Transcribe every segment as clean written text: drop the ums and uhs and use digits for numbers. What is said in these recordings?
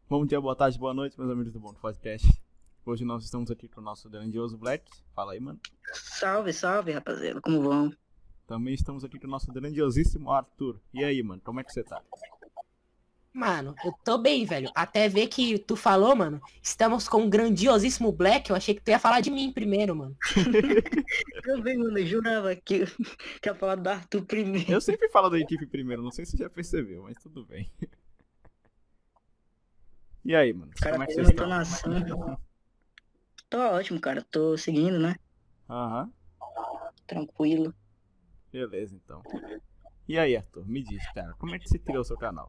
Bom dia, boa tarde, boa noite, meus amigos do Bom Podcast. Hoje nós estamos aqui com o nosso grandioso Black. Fala aí, mano. Salve, salve, rapaziada. Como vão? Também estamos aqui com o nosso grandiosíssimo Arthur. E aí, mano, como é que você tá? Mano, eu tô bem, velho. Até ver que tu falou, mano, estamos com um grandiosíssimo Black. Eu achei que tu ia falar de mim primeiro, mano. Também, mano, eu jurava que ia falar do Arthur primeiro. Eu sempre falo da equipe primeiro, não sei se você já percebeu, mas tudo bem. E aí, mano, Cara, como é que fez vocês uma estão? entonação. Tô ótimo, cara. Tô seguindo, né? Aham, Tranquilo. beleza então. E aí, Arthur, me diz, cara, como é que você criou o seu canal?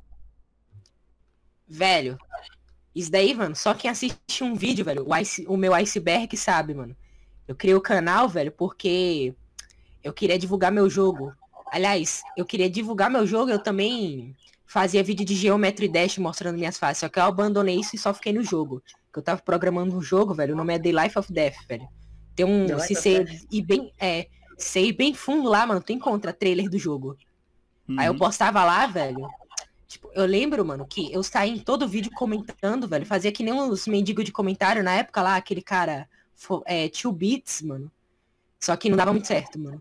Velho, isso daí, mano, só quem assiste um vídeo, velho, o meu iceberg sabe, mano. Eu criei o canal, velho, porque eu queria divulgar meu jogo. Aliás, eu queria divulgar meu jogo, eu também fazia vídeo de Geometry Dash mostrando minhas fases, só que eu abandonei isso e só fiquei no jogo. Que eu tava programando um jogo, velho, o nome é The Life of Death, velho. Tem The um, Life se of você Death. ir bem, se ir bem fundo lá, mano, tu encontra trailer do jogo. Aí eu Uhum. postava lá, velho. Tipo, eu lembro, mano, que eu saía em todo vídeo comentando, velho. Fazia que nem os mendigos de comentário na época lá, aquele cara, 2 bits, mano. Só que não dava muito certo, mano.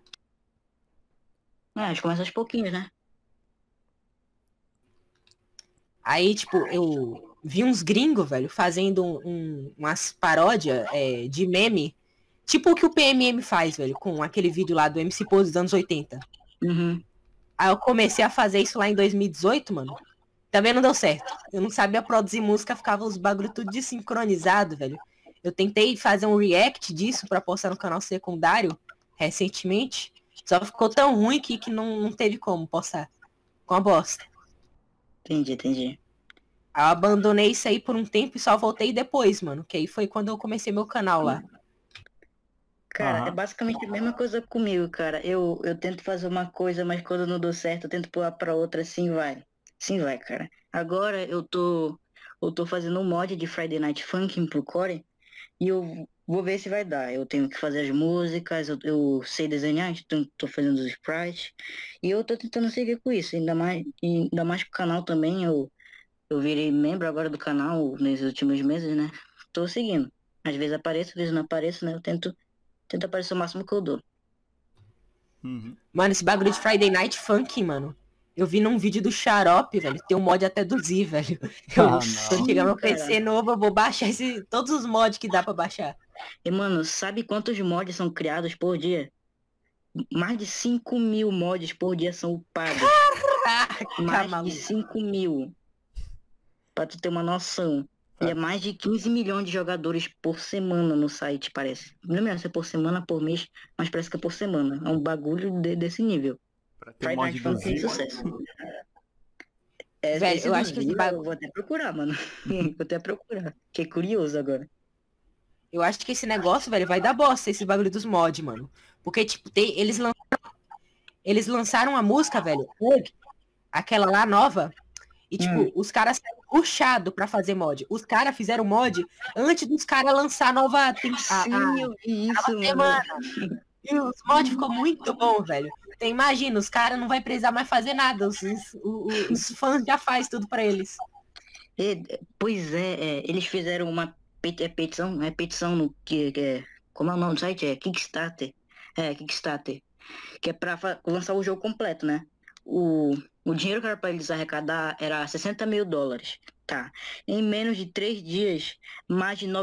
A gente começa aos pouquinhos, né? Aí, tipo, eu vi uns gringos, velho, fazendo umas paródias de meme. Tipo o que o PMM faz, velho, com aquele vídeo lá do MC Pose dos anos 80. Uhum. Aí eu comecei a fazer isso lá em 2018, mano. Também não deu certo. Eu não sabia produzir música, ficava os bagulho tudo desincronizado, velho. Eu tentei fazer um react disso pra postar no canal secundário recentemente. Só ficou tão ruim que não teve como postar. Com a bosta. Entendi. Aí eu abandonei isso aí por um tempo e só voltei depois, mano. Que aí foi quando eu comecei meu canal lá. Cara, é Aham. basicamente a mesma coisa comigo, cara. Eu tento fazer uma coisa, mas quando não deu certo, eu tento pular pra outra, assim vai. Assim vai, cara. Agora eu tô fazendo um mod de Friday Night Funkin' pro Core. E eu vou ver se vai dar. Eu tenho que fazer as músicas, eu sei desenhar, então tô fazendo os sprites. E eu tô tentando seguir com isso. Ainda mais com o canal também. Eu virei membro agora do canal nesses últimos meses, né? Tô seguindo. Às vezes apareço, às vezes não apareço, né? Eu tento aparecer o máximo que eu dou. Uhum. Mano, esse bagulho de Friday Night Funk, mano. Eu vi num vídeo do Xarope, velho. Tem um mod até do Z, velho. Ah, Quando não. chegar meu Cara. PC novo, eu vou baixar todos os mods que dá pra baixar. E, mano, sabe quantos mods são criados por dia? Mais de 5.000 mods por dia são upados. Caraca, Mais de maluco. 5.000. Pra tu ter uma noção. E é mais de 15 milhões de jogadores por semana no site, parece. Não lembro se é por semana, por mês, mas parece que é por semana. É um bagulho desse nível. Pra ter o Friday mod Night do Funkin' tem Z, sucesso. Velho, Esse eu do acho que esse Zio eu bagulho. vou até procurar, mano. Vou até procurar. Fiquei curioso agora. Eu acho que esse negócio, velho, vai dar bosta, esse bagulho dos mods, mano. Porque, tipo, eles lançaram a música, velho, aquela lá nova. E, tipo, os caras saíram puxado pra fazer mod. Os caras fizeram mod antes dos caras lançar a nova, Sim, eu vi isso, mano. semana. E os mods ficou muito bom, velho. Então, imagina, os caras não vai precisar mais fazer nada. Os fãs já faz tudo pra eles. Pois eles fizeram uma petição no que é, como é o nome do site? É Kickstarter. Kickstarter. Que é pra lançar o jogo completo, né? O dinheiro que era pra eles arrecadar era US$ 60.000. Tá. Em menos de 3 dias, mais de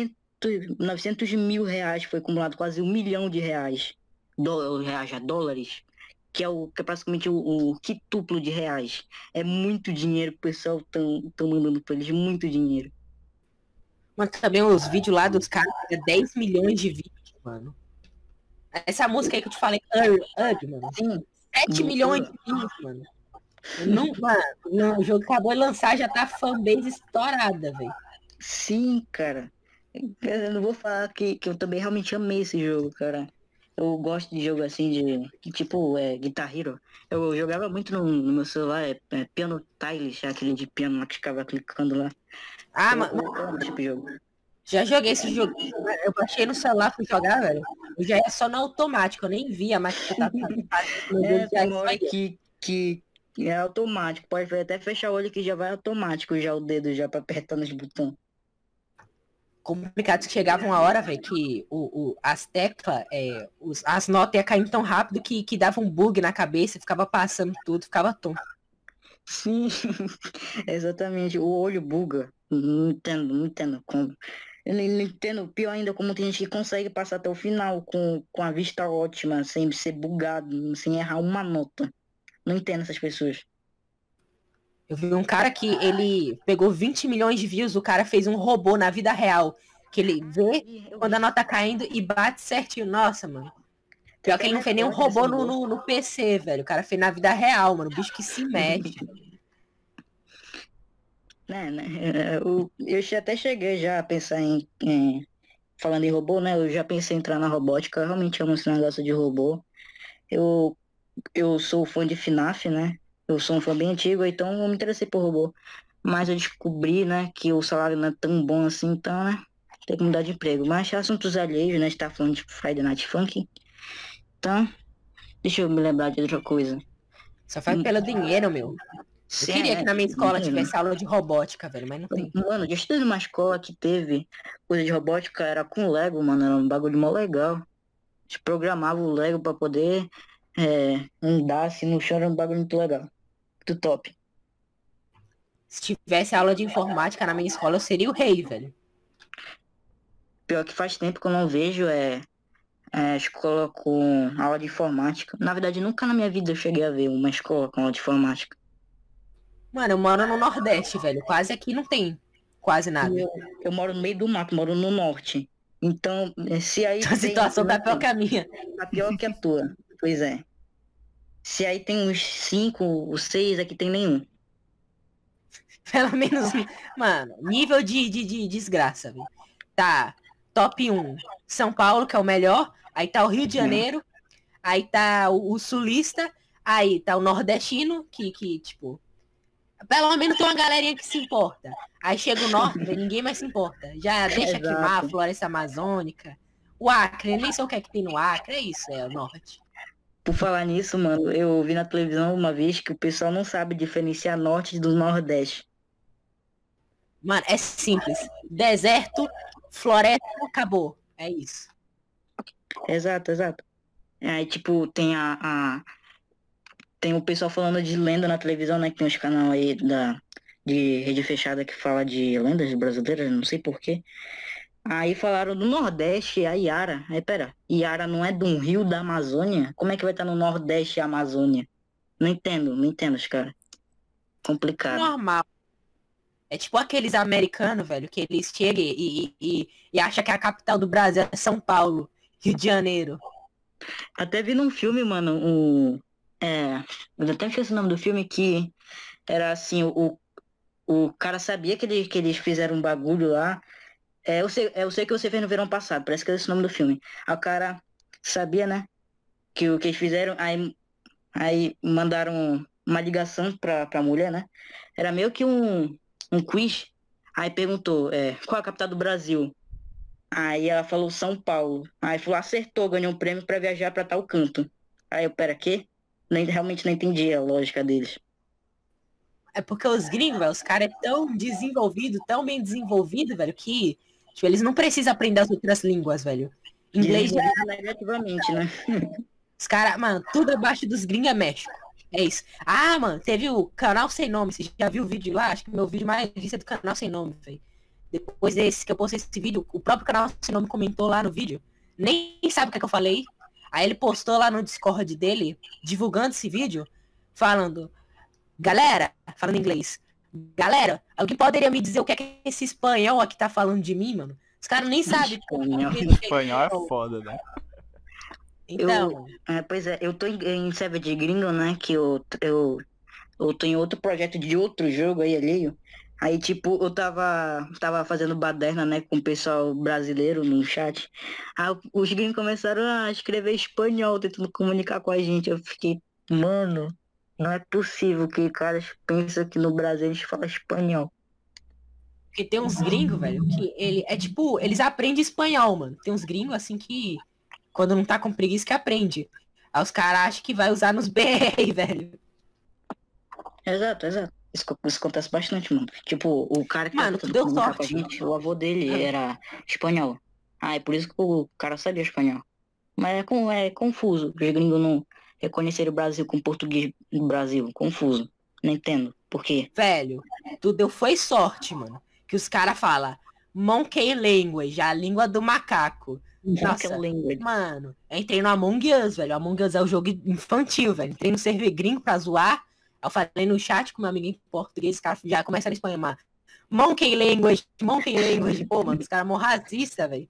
900 mil reais foi acumulado, quase R$ 1 milhão. Dólares. Que é praticamente o quintuplo de reais. É muito dinheiro que o pessoal tão mandando pra eles, muito dinheiro. Mas também os vídeos lá dos caras, 10 milhões de vídeos, mano. Essa música aí que eu te falei, mano. Sim, 7 milhões de views, mano. Mano, o jogo acabou de lançar, já tá fanbase estourada, velho. sim, cara. Eu não vou falar que eu também realmente amei esse jogo, cara. Eu gosto de jogo assim, que tipo, Guitar Hero. Eu jogava muito no meu celular, Piano Tiles, aquele de piano lá que ficava clicando lá. Ah, Eu amo esse tipo de jogo. já joguei esse jogo. Eu baixei no celular, fui jogar, velho. Eu já ia só no automático, eu nem via mais que eu tava fazendo. Meu jogo já Tem uma hora ia. que É automático. Pode até fechar o olho que já vai automático já o dedo já pra apertar nos botões. Complicado que chegava uma hora, velho, que as teclas, as notas iam caindo tão rápido que dava um bug na cabeça, ficava passando tudo, ficava tonto. Sim, exatamente. O olho buga. Não entendo como. Eu não entendo, pior ainda, como tem gente que consegue passar até o final com a vista ótima, sem ser bugado, sem errar uma nota. Não entendo essas pessoas. Eu vi um cara que ele pegou 20 milhões de views, o cara fez um robô na vida real, que ele vê quando a nota caindo e bate certinho. Nossa, mano. Pior que ele não fez nenhum robô no PC, velho. O cara fez na vida real, mano. O bicho que se mexe. Né? Eu até cheguei já a pensar falando em robô, né? Eu já pensei em entrar na robótica. Eu realmente amo esse negócio de robô. Eu, eu sou fã de FNAF, né? Eu sou um fã bem antigo, então eu me interessei por robô. Mas eu descobri, né, que o salário não é tão bom assim, então, né? Tem que mudar de emprego. Mas assuntos alheios, né? A gente tá falando de Friday Night Funk. Então, deixa eu me lembrar de outra coisa. Só faz pelo dinheiro, meu. Eu queria que na minha escola tivesse aula de robótica, velho, mas não tem. Mano, já estudei numa escola que teve coisa de robótica, era com Lego, mano, era um bagulho mó legal. A gente programava o Lego pra poder andar assim no chão, era um bagulho muito legal. Muito top. Se tivesse aula de informática na minha escola, eu seria o rei, velho. Pior que faz tempo que eu não vejo escola com aula de informática. Na verdade, nunca na minha vida eu cheguei a ver uma escola com aula de informática. Mano, eu moro no Nordeste, velho. Quase aqui não tem quase nada. Eu moro no meio do mato, moro no norte. Então, se aí A situação tá pior que a minha. Tá pior que a tua. Pois é. Se aí tem uns 5 ou 6, aqui tem nenhum. Pelo menos, mano, nível de desgraça, velho. Tá, top 1, São Paulo, que é o melhor. Aí tá o Rio de Janeiro. Aí tá o sulista. Aí tá o nordestino, que tipo... Pelo menos tem uma galerinha que se importa. Aí chega o norte, véio, ninguém mais se importa. Já deixa queimar a floresta amazônica. O Acre, nem sei o que é que tem no Acre. É isso, é o norte. Por falar nisso, mano, eu vi na televisão uma vez que o pessoal não sabe diferenciar norte do nordeste. Mano, é simples. Deserto, floresta, acabou. É isso. Exato. Aí, tipo, tem o pessoal falando de lenda na televisão, né? Que tem os canais aí de rede fechada que fala de lendas brasileiras, não sei porquê. Aí falaram do Nordeste, a Iara. Aí, pera, Iara não é de um rio da Amazônia? Como é que vai estar no Nordeste e Amazônia? Não entendo, os caras. Complicado. Normal. É tipo aqueles americanos, velho, que eles chegam e acham que a capital do Brasil é São Paulo, Rio de Janeiro. Até vi num filme, mano, eu até esqueci o nome do filme, que era assim, o cara sabia que eles fizeram um bagulho lá. Eu sei que você fez no verão passado, parece que é esse o nome do filme. Aí o cara sabia, né, que o que eles fizeram, aí mandaram uma ligação pra mulher, né? Era meio que um quiz. Aí perguntou, qual é a capital do Brasil? Aí ela falou São Paulo. Aí falou, acertou, ganhou um prêmio pra viajar pra tal canto. Aí eu, pera, quê? Realmente não entendi a lógica deles. É porque os gringos, velho, os caras é tão desenvolvido, tão bem desenvolvido, velho, que tipo, eles não precisam aprender as outras línguas, velho. Inglês já é negativamente, né? Os caras, mano, tudo abaixo dos gringos é México. É isso. Ah, mano, teve o canal Sem Nome. Você já viu o vídeo lá? Acho que meu vídeo mais visto é do canal Sem Nome, velho. Depois desse que eu postei esse vídeo, o próprio canal Sem Nome comentou lá no vídeo. Nem sabe o que é que eu falei. Aí ele postou lá no Discord dele, divulgando esse vídeo, falando, galera, falando em inglês, galera, alguém poderia me dizer o que é esse espanhol aqui tá falando de mim, mano? Os caras nem sabem. Espanhol é foda, né? Então... Pois é, eu tô em server de gringo, né, que eu tô em outro projeto de outro jogo aí alheio. Aí, tipo, eu tava fazendo baderna, né, com o pessoal brasileiro no chat. Aí os gringos começaram a escrever espanhol, tentando comunicar com a gente. Eu fiquei, mano, não é possível que caras pensam que no Brasil eles falam espanhol. Porque tem uns gringos, velho, que eles aprendem espanhol, mano. Tem uns gringos, assim, que quando não tá com preguiça que aprende. Aí os caras acham que vai usar nos BR, velho. Exato, exato. Isso acontece bastante, mano. Tipo, o cara que tá Mano, tu tentando deu comunicar com a sorte. gente, o avô dele Ah, era espanhol. Ah, é por isso que o cara sabia espanhol. Mas é confuso. Os gringos não reconhecerem o Brasil com português do Brasil. Confuso. Não entendo. Por quê? velho, tu deu foi sorte, mano. Que os caras falam Monkey Language, a língua do macaco. Não que é o Nossa, language. mano, eu entrei no Among Us, velho. Among Us é o jogo infantil, velho. Entrei no server gringo pra zoar. Aí eu falei no chat com meu amigo em português, os caras já começaram a espanhar. Monkey Language, Monkey Language. Pô, mano, os caras mó racista, velho.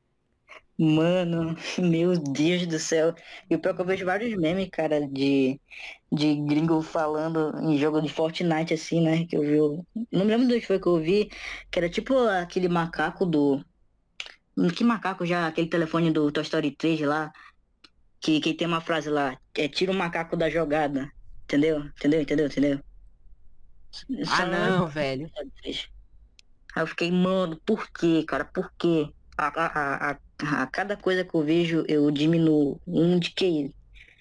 Mano, meu Deus do céu. E o pior é que eu vejo vários memes, cara, de gringo falando em jogo de Fortnite, assim, né? Que eu vi. Não me lembro do que foi que eu vi, que era tipo aquele macaco do. Que macaco já? Aquele telefone do Toy Story 3 lá, que tem uma frase lá, tira o macaco da jogada. Entendeu? Entendeu? Ah, Só não lembro. não, velho. Aí eu fiquei, mano, por quê, cara? Por quê? A cada coisa que eu vejo, eu diminuo um de QI.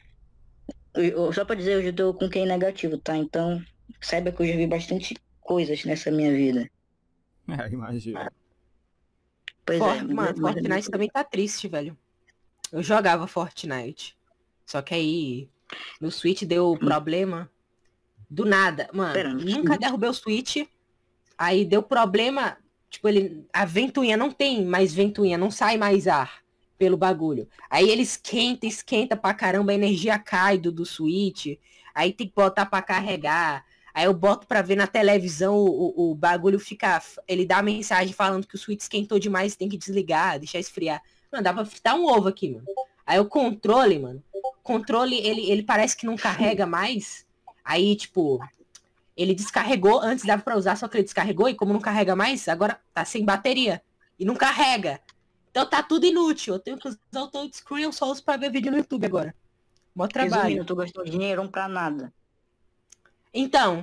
Só pra dizer, eu já tô com QI negativo, tá? Então, saiba que eu já vi bastante coisas nessa minha vida. É, imagina. Pois é, Mano, mas é Fortnite muito... também tá triste, velho. Eu jogava Fortnite. Só que aí meu Switch deu problema do nada. Mano, Pera, nunca derrubei o Switch. Aí deu problema. Tipo, a ventoinha não tem mais ventoinha, não sai mais ar pelo bagulho. Aí ele esquenta pra caramba, a energia cai do Switch. Aí tem que botar pra carregar. Aí eu boto pra ver na televisão, o bagulho fica. Ele dá mensagem falando que o Switch esquentou demais, tem que desligar, deixar esfriar. Mano, dá pra fritar um ovo aqui, mano. Aí o controle, mano. O controle, ele parece que não carrega mais. Aí, tipo, ele descarregou, antes dava pra usar, só que ele descarregou, e como não carrega mais, agora tá sem bateria. E não carrega. Então tá tudo inútil. Eu tenho que usar o touchscreen, eu só uso pra ver vídeo no YouTube agora. Mó resumindo, trabalho. tu gastou dinheiro pra nada. Então,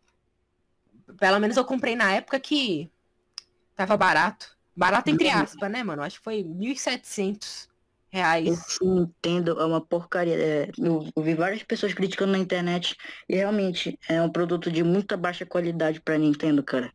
pelo menos eu comprei na época que tava barato. Barato entre aspas, né, mano? Acho que foi R$ 1.700. Esse Nintendo é uma porcaria. Eu vi várias pessoas criticando na internet e realmente é um produto de muita baixa qualidade pra Nintendo, cara.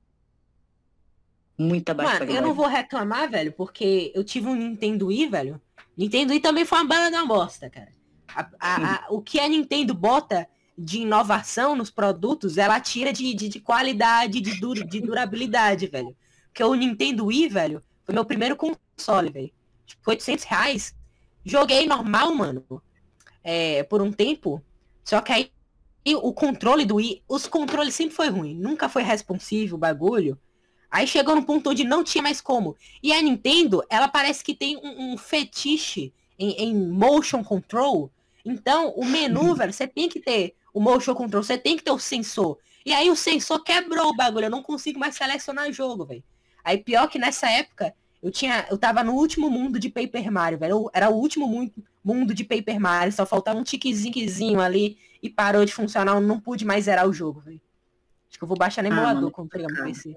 Muita baixa Mano, eu não qualidade. vou reclamar, velho, porque eu tive um Nintendo Wii, velho. Nintendo Wii também foi uma bela da bosta, cara. O que a Nintendo bota de inovação nos produtos, ela tira de qualidade, de durabilidade, velho. Porque o Nintendo Wii, velho, foi meu primeiro console, velho. Tipo, R$ 800. Joguei normal, mano, por um tempo. Só que aí o controle do Wii, os controles sempre foi ruim. Nunca foi responsivo o bagulho. Aí chegou num ponto onde não tinha mais como. E a Nintendo, ela parece que tem um fetiche em motion control. Então, o menu, velho, você tem que ter o motion control, você tem que ter o sensor. E aí o sensor quebrou o bagulho, eu não consigo mais selecionar jogo, velho. Aí pior que nessa época, eu tava no último mundo de Paper Mario, velho. Era o último mundo de Paper Mario, só faltava um tiquezinho ali e parou de funcionar, eu não pude mais zerar o jogo, velho. Acho que eu vou baixar no emulador Mano, quando pegar meu PC.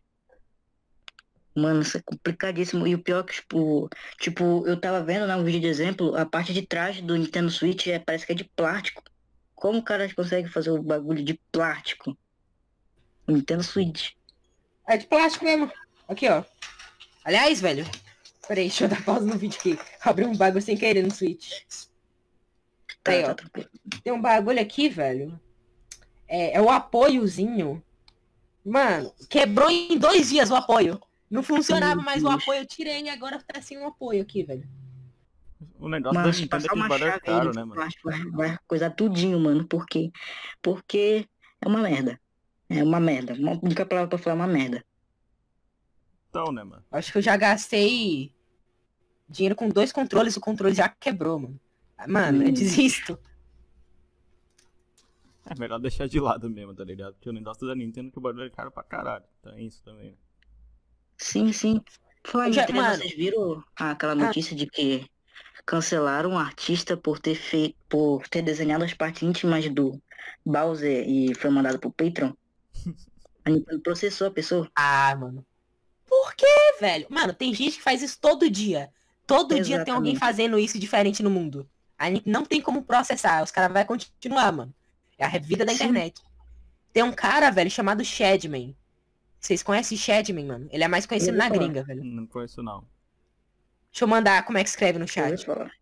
mano, isso é complicadíssimo. E o pior é que, tipo, eu tava vendo, né, um vídeo de exemplo, a parte de trás do Nintendo Switch parece que é de plástico. Como o cara consegue fazer o bagulho de plástico? O Nintendo Switch. É de plástico mesmo. Aqui, ó. Aliás, velho. Peraí, deixa eu dar pausa no vídeo aqui. Abri um bagulho sem querer no Switch. Tá, Aí, tá ó. tranquilo. Tem um bagulho aqui, velho. É o apoiozinho. Mano, quebrou em 2 dias o apoio. Não funcionava mais o apoio. Eu tirei e agora tá sem o apoio aqui, velho. O negócio da Mas se Nintendo é passar que os uma bagulho é chave aí caro, no né, mano? plástico, vai coisar tudinho, mano. Por quê? Porque é uma merda. É uma merda. Uma única palavra pra falar é uma merda. Então, né, mano? Acho que eu já gastei dinheiro com 2 controles. O controle já quebrou, mano. Mano, eu desisto. É melhor deixar de lado mesmo, tá ligado? Porque o negócio da Nintendo é que o bagulho é caro pra caralho. Tem isso também, né? Sim, sim. Falar em trem, Mano, vocês viram aquela notícia de que cancelaram um artista por ter desenhado as partes íntimas do Bowser e foi mandado pro Patreon? A Nintendo processou a pessoa. mano. Por quê, velho? Mano, tem gente que faz isso todo dia. Todo dia tem alguém Exatamente. fazendo isso diferente no mundo. A gente não tem como processar. Os caras vão continuar, mano. É a vida da Sim. internet. Tem um cara, velho, chamado Shadman. Vocês conhecem Shadman, mano? Ele é mais conhecido Eu na ouvi falar. gringa, velho. Não conheço, não. Deixa eu mandar como é que escreve no Eu ouvi chat. falar.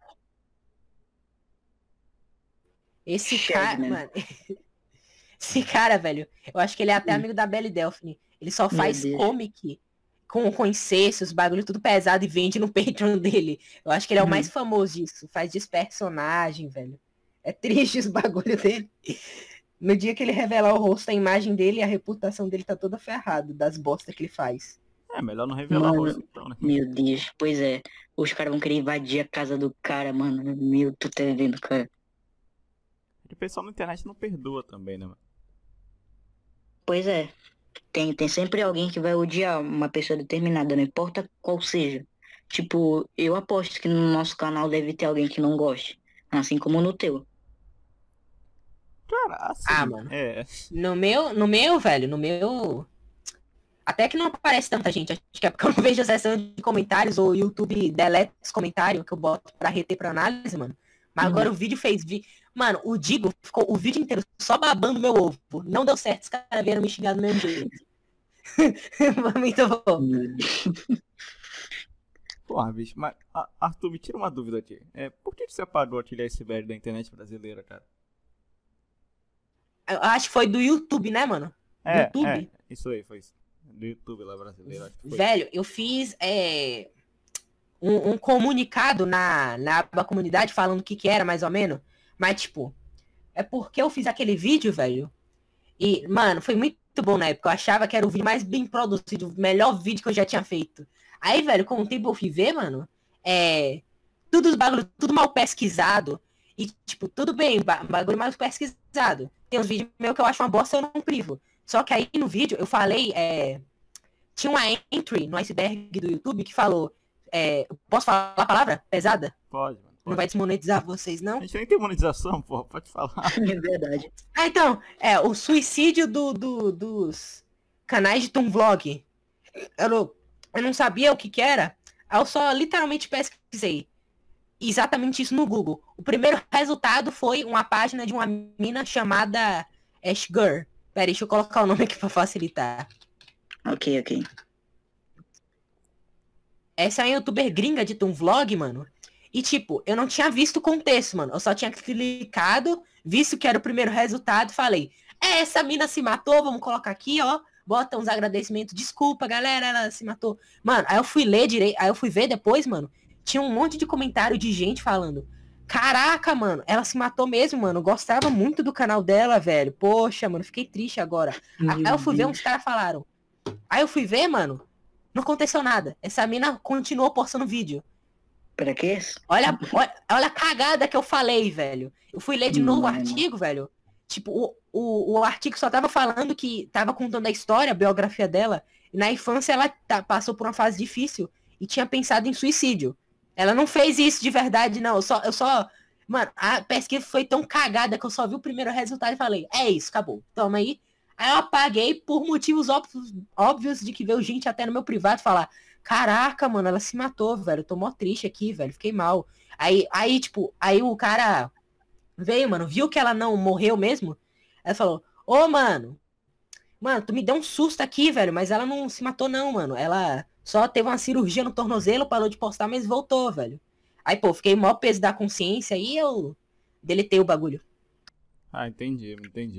Esse cara, Shadman. mano. Esse cara, velho, eu acho que ele é até Hum. amigo da Belly Delphine. Ele só Meu faz Deus. comic com incestos, bagulho tudo pesado e vende no Patreon dele. Eu acho que ele é o mais famoso disso. Faz disso personagem, velho. É triste os bagulho dele. No dia que ele revelar o rosto, a imagem dele e a reputação dele tá toda ferrada das bostas que ele faz. É, melhor não revelar o Mano, rosto, então, né? meu Deus. Pois é. Os caras vão querer invadir a casa do cara, mano. Meu, tu tá vendo, cara. E o pessoal na internet não perdoa também, né, mano? Pois é. Tem sempre alguém que vai odiar uma pessoa determinada, não importa qual seja. Tipo, eu aposto que no nosso canal deve ter alguém que não goste. Assim como no teu. Cara, assim, Ah, mano. é... No meu, velho, no meu... Até que não aparece tanta gente. Acho que é porque eu não vejo a seção de comentários ou o YouTube deleta os comentários que eu boto pra reter pra análise, mano. Mas agora o vídeo fez... Mano, o Digo ficou o vídeo inteiro só babando meu ovo. Não deu certo, os caras vieram me xingar do mesmo jeito. Muito bom. Porra, bicho, mas... Arthur, me tira uma dúvida aqui. Por que você parou aquele iceberg da internet brasileira, cara? Eu acho que foi do YouTube, né, mano? YouTube. Isso aí, foi isso. Do YouTube lá brasileiro, acho que foi. Velho, eu fiz um comunicado na aba comunidade falando o que era, mais ou menos. Mas, tipo, é porque eu fiz aquele vídeo, velho. E, mano, foi muito bom na época. Eu achava que era o vídeo mais bem produzido, o melhor vídeo que eu já tinha feito. Aí, velho, com o tempo eu fui ver, mano, tudo os bagulho, tudo mal pesquisado. E, tipo, tudo bem, bagulho mal pesquisado. Tem uns vídeos meus que eu acho uma bosta, eu não privo. Só que aí no vídeo eu falei, tinha uma entry no iceberg do YouTube que falou, posso falar a palavra pesada? Pode, mano. Não vai desmonetizar vocês, não? A gente nem tem monetização, porra, pode falar. É verdade. Ah, então, o suicídio dos canais de Toon Vlog. Eu não sabia o que era. Aí eu só literalmente pesquisei exatamente isso no Google. O primeiro resultado foi uma página de uma mina chamada Ashgur. Pera, deixa eu colocar o nome aqui pra facilitar. Ok. Essa é uma youtuber gringa de Toon Vlog, mano. E, tipo, eu não tinha visto o contexto, mano. Eu só tinha clicado, visto que era o primeiro resultado, falei, essa mina se matou, vamos colocar aqui, ó. Bota uns agradecimentos, desculpa, galera, ela se matou. Mano, aí eu fui ler direito, aí eu fui ver depois, mano, tinha um monte de comentário de gente falando, caraca, mano, ela se matou mesmo, mano. Eu gostava muito do canal dela, velho. Poxa, mano, fiquei triste agora. Aí eu fui ver, uns caras falaram. Aí eu fui ver, mano, não aconteceu nada. Essa mina continuou postando vídeo. Pra quê? Olha a cagada que eu falei, velho. Eu fui ler de novo o artigo, velho. Tipo, o artigo só tava falando que tava contando a história, a biografia dela. E na infância ela passou por uma fase difícil e tinha pensado em suicídio. Ela não fez isso de verdade, não. Eu só... Mano, a pesquisa foi tão cagada que eu só vi o primeiro resultado e falei, é isso, acabou. Toma aí. Aí eu apaguei por motivos óbvios de que veio gente até no meu privado falar, caraca, mano, ela se matou, velho. Eu tô mó triste aqui, velho. Fiquei mal. Aí, tipo, aí o cara veio, mano, viu que ela não morreu mesmo. Aí falou, ô, mano, tu me deu um susto aqui, velho, mas ela não se matou não, mano. Ela só teve uma cirurgia no tornozelo, parou de postar, mas voltou, velho. Aí, pô, fiquei mó peso da consciência e eu deletei o bagulho. Ah, entendi.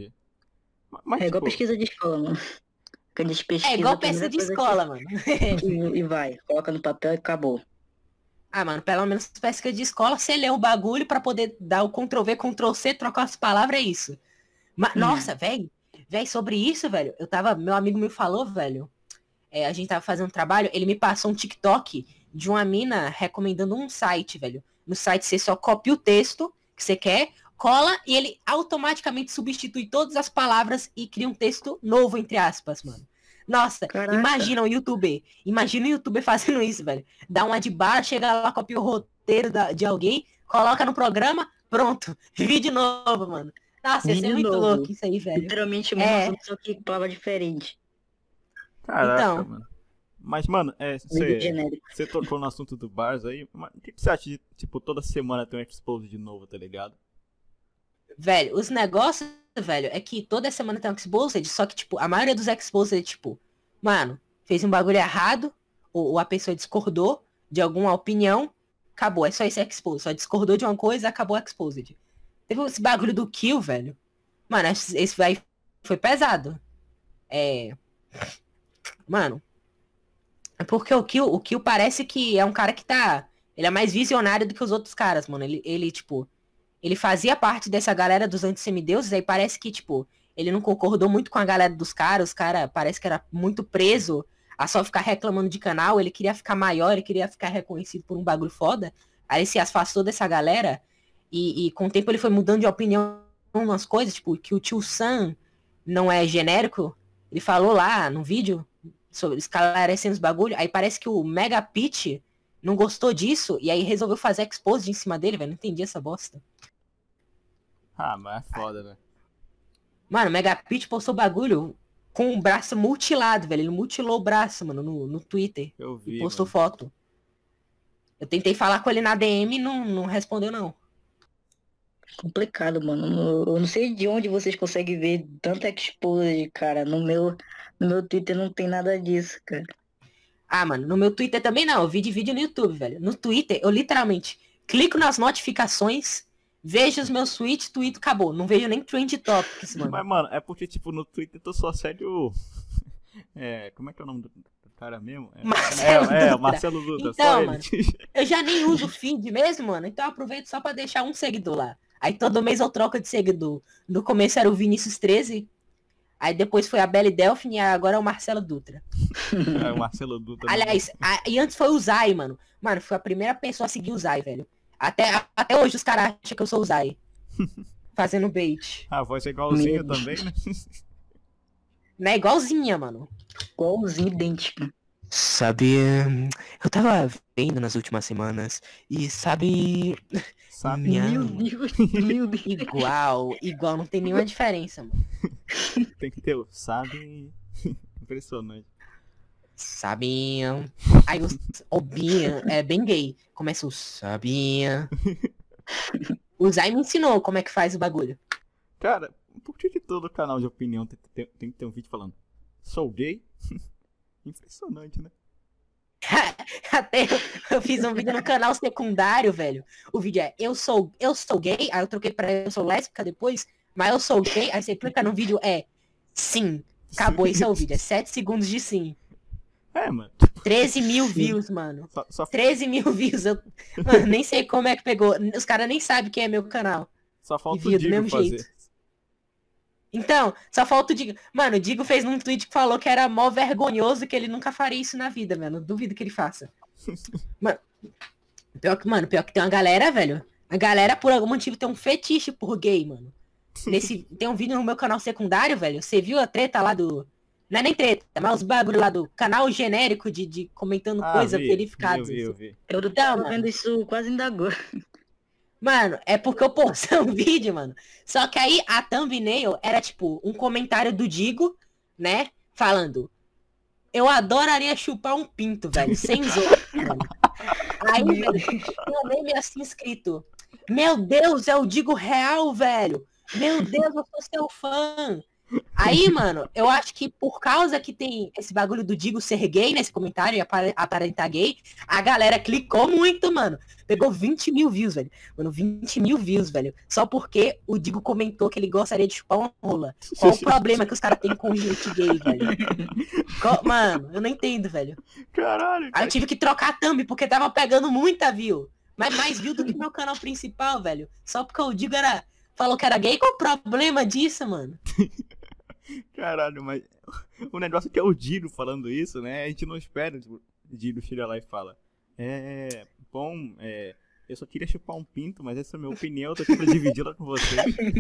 Mas, É igual tipo, pesquisa de escola, mano. Quando a gente pesquisa, É igual a primeira peça de coisa escola, mano. E vai, coloca no papel e acabou. Ah, mano, pelo menos pesca de escola, você lê o bagulho pra poder dar o Ctrl-V, Ctrl-C, trocar as palavras, é isso. Nossa, velho, sobre isso, velho, meu amigo me falou, velho, a gente tava fazendo um trabalho, ele me passou um TikTok de uma mina recomendando um site, velho. No site você só copia o texto que você quer, cola e ele automaticamente substitui todas as palavras e cria um texto novo, entre aspas, mano. Nossa, Caraca. imagina o YouTuber fazendo isso, velho. Dá uma de barra, chega lá, copia o roteiro de alguém, coloca no programa, pronto. Vídeo novo, mano. Nossa, ia ser muito louco isso aí, velho. Literalmente mesmo, só que palavra diferente. caraca, Então. mano. Mas, mano, Vídeo genérico. você tocou no assunto do Bars aí, mas o que você acha de, tipo, toda semana tem um expose de novo, tá ligado? Velho, os negócios velho, é que toda semana tem um Exposed, só que, tipo, a maioria dos Exposed, tipo, mano, fez um bagulho errado, ou a pessoa discordou de alguma opinião, acabou, é só esse Exposed. Só discordou de uma coisa, acabou o Exposed. Teve esse bagulho do Kill, velho. Mano, esse aí foi pesado. Mano, é porque o Kill parece que é um cara que tá... Ele é mais visionário do que os outros caras, mano. Ele tipo... Ele fazia parte dessa galera dos antissemideuses, aí parece que, tipo, ele não concordou muito com a galera dos caras, os caras parece que era muito preso a só ficar reclamando de canal, ele queria ficar maior, ele queria ficar reconhecido por um bagulho foda, aí ele se afastou dessa galera, e com o tempo ele foi mudando de opinião em umas coisas, tipo, que o tio Sam não é genérico, ele falou lá no vídeo, sobre esclarecendo os bagulhos, aí parece que o Mega Pitch não gostou disso, e aí resolveu fazer expose em cima dele, velho, não entendi essa bosta. Ah, mas é foda, né? Mano, o Mega Pitch postou bagulho com o braço mutilado, velho. Ele mutilou o braço, mano, no Twitter. Eu vi, e postou mano. foto. Eu tentei falar com ele na DM e não respondeu, não. Complicado, mano. Eu não sei de onde vocês conseguem ver tanta expose, cara. No meu Twitter não tem nada disso, cara. Ah, mano, no meu Twitter também não. Eu vi de vídeo no YouTube, velho. No Twitter, eu literalmente clico nas notificações, vejo os meus tweets, tweet, acabou. Não vejo nem Trend Topics, mano. Mas, mano, é porque, tipo, no Twitter tu só segue o... como é que é o nome do cara mesmo? Marcelo Dutra. O Marcelo Dutra, Então, só ele. mano, eu já nem uso o feed mesmo, mano. Então eu aproveito só pra deixar um seguidor lá. Aí todo mês eu troco de seguidor. No começo era o Vinícius 13, aí depois foi a Belle Delphine e agora é o Marcelo Dutra. É, o Marcelo Dutra. Aliás, e antes foi o Zay, mano. Mano, foi a primeira pessoa a seguir o Zay, velho. Até hoje os caras acham que eu sou o Zay. Fazendo bait. A voz é igualzinha também, né? Não é igualzinha, mano. Igualzinho, idêntico. Sabe, eu tava vendo nas últimas semanas e sabe... Sabe? Meu Deus, meu Deus. Igual, não tem nenhuma diferença, mano. Tem que ter o sabe... Impressionante. Sabinha. Aí o Binha é bem gay. Começa o Sabinha. O Zay me ensinou como é que faz o bagulho. Cara, por que todo canal de opinião tem que ter um vídeo falando sou gay? Impressionante, né? Até eu fiz um vídeo no canal secundário, velho. O vídeo é eu sou gay, aí eu troquei pra eu sou lésbica depois, mas eu sou gay, aí você clica no vídeo, sim. Acabou, esse é o vídeo, é 7 segundos de sim. É, mano. 13 mil views, mano. Só 13 mil views. Mano, nem sei como é que pegou. Os caras nem sabem quem é meu canal. falta E o do Digo mesmo fazer. jeito. Então, só falta o Digo. Mano, o Digo fez num tweet que falou que era mó vergonhoso, que ele nunca faria isso na vida, mano. Duvido que ele faça. Pior que tem uma galera, velho. A galera, por algum motivo, tem um fetiche por gay, mano. Tem um vídeo no meu canal secundário, velho. Você viu a treta lá do... Não é nem treta, mas os bagulho lá do canal genérico de comentando coisa verificada. Eu vi. Eu Então, tava mano. vendo isso quase ainda agora. Mano, é porque eu postei um vídeo, mano. Só que aí a thumbnail era tipo um comentário do Digo, né? Falando: eu adoraria chupar um pinto, velho. Sem zoar, mano. Aí, velho, tinha um meme assim escrito: meu Deus, é o Digo real, velho. Meu Deus, eu sou seu fã. Aí, mano, eu acho que por causa que tem esse bagulho do Digo ser gay nesse comentário e aparentar gay, a galera clicou muito, mano. Pegou 20 mil views, velho. Mano, 20 mil views, velho. Só porque o Digo comentou que ele gostaria de chupar uma rola. Qual o problema que os caras têm com gente gay, velho? Mano, eu não entendo, velho. Caralho, Aí eu tive que trocar a thumb, porque tava pegando muita view. Mas mais view do que meu canal principal, velho. Só porque o Digo falou que era gay. Qual o problema disso, mano? Caralho, mas o negócio é que é o Digo falando isso, né? A gente não espera, tipo, o Digo chega lá e fala: eu só queria chupar um pinto, mas essa é a minha opinião, eu tô aqui pra dividi-la com vocês.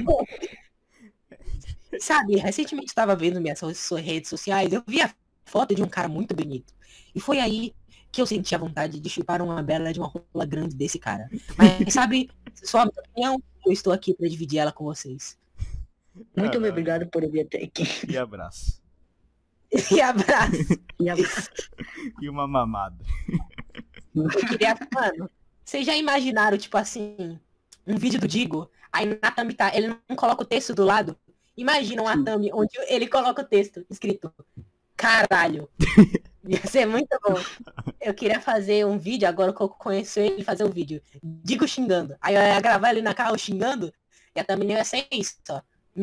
Sabe, recentemente eu tava vendo minhas redes sociais, eu vi a foto de um cara muito bonito. E foi aí que eu senti a vontade de chupar uma bela de uma rola grande desse cara. Mas, sabe, só a minha opinião, eu estou aqui pra dividir ela com vocês. Muito obrigado por vir até aqui. E abraço. E abraço. E abraço. E uma mamada. Eu queria, mano, vocês já imaginaram, tipo assim, um vídeo do Digo, aí na thumb tá, ele não coloca o texto do lado, Imagina uma thumb onde ele coloca o texto escrito caralho. Ia ser muito bom. Eu queria fazer um vídeo, agora que eu conheço ele, fazer um vídeo. Digo xingando. Aí eu ia gravar ele na carro xingando, e a thumbnail ia ser isso, ó.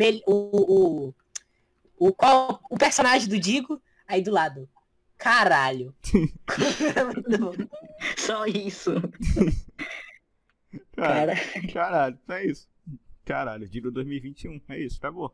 O personagem do Digo, aí do lado. Caralho. Muito bom. Só isso. Cara, Cara, caralho, é isso. Caralho, Digo 2021, é isso, acabou.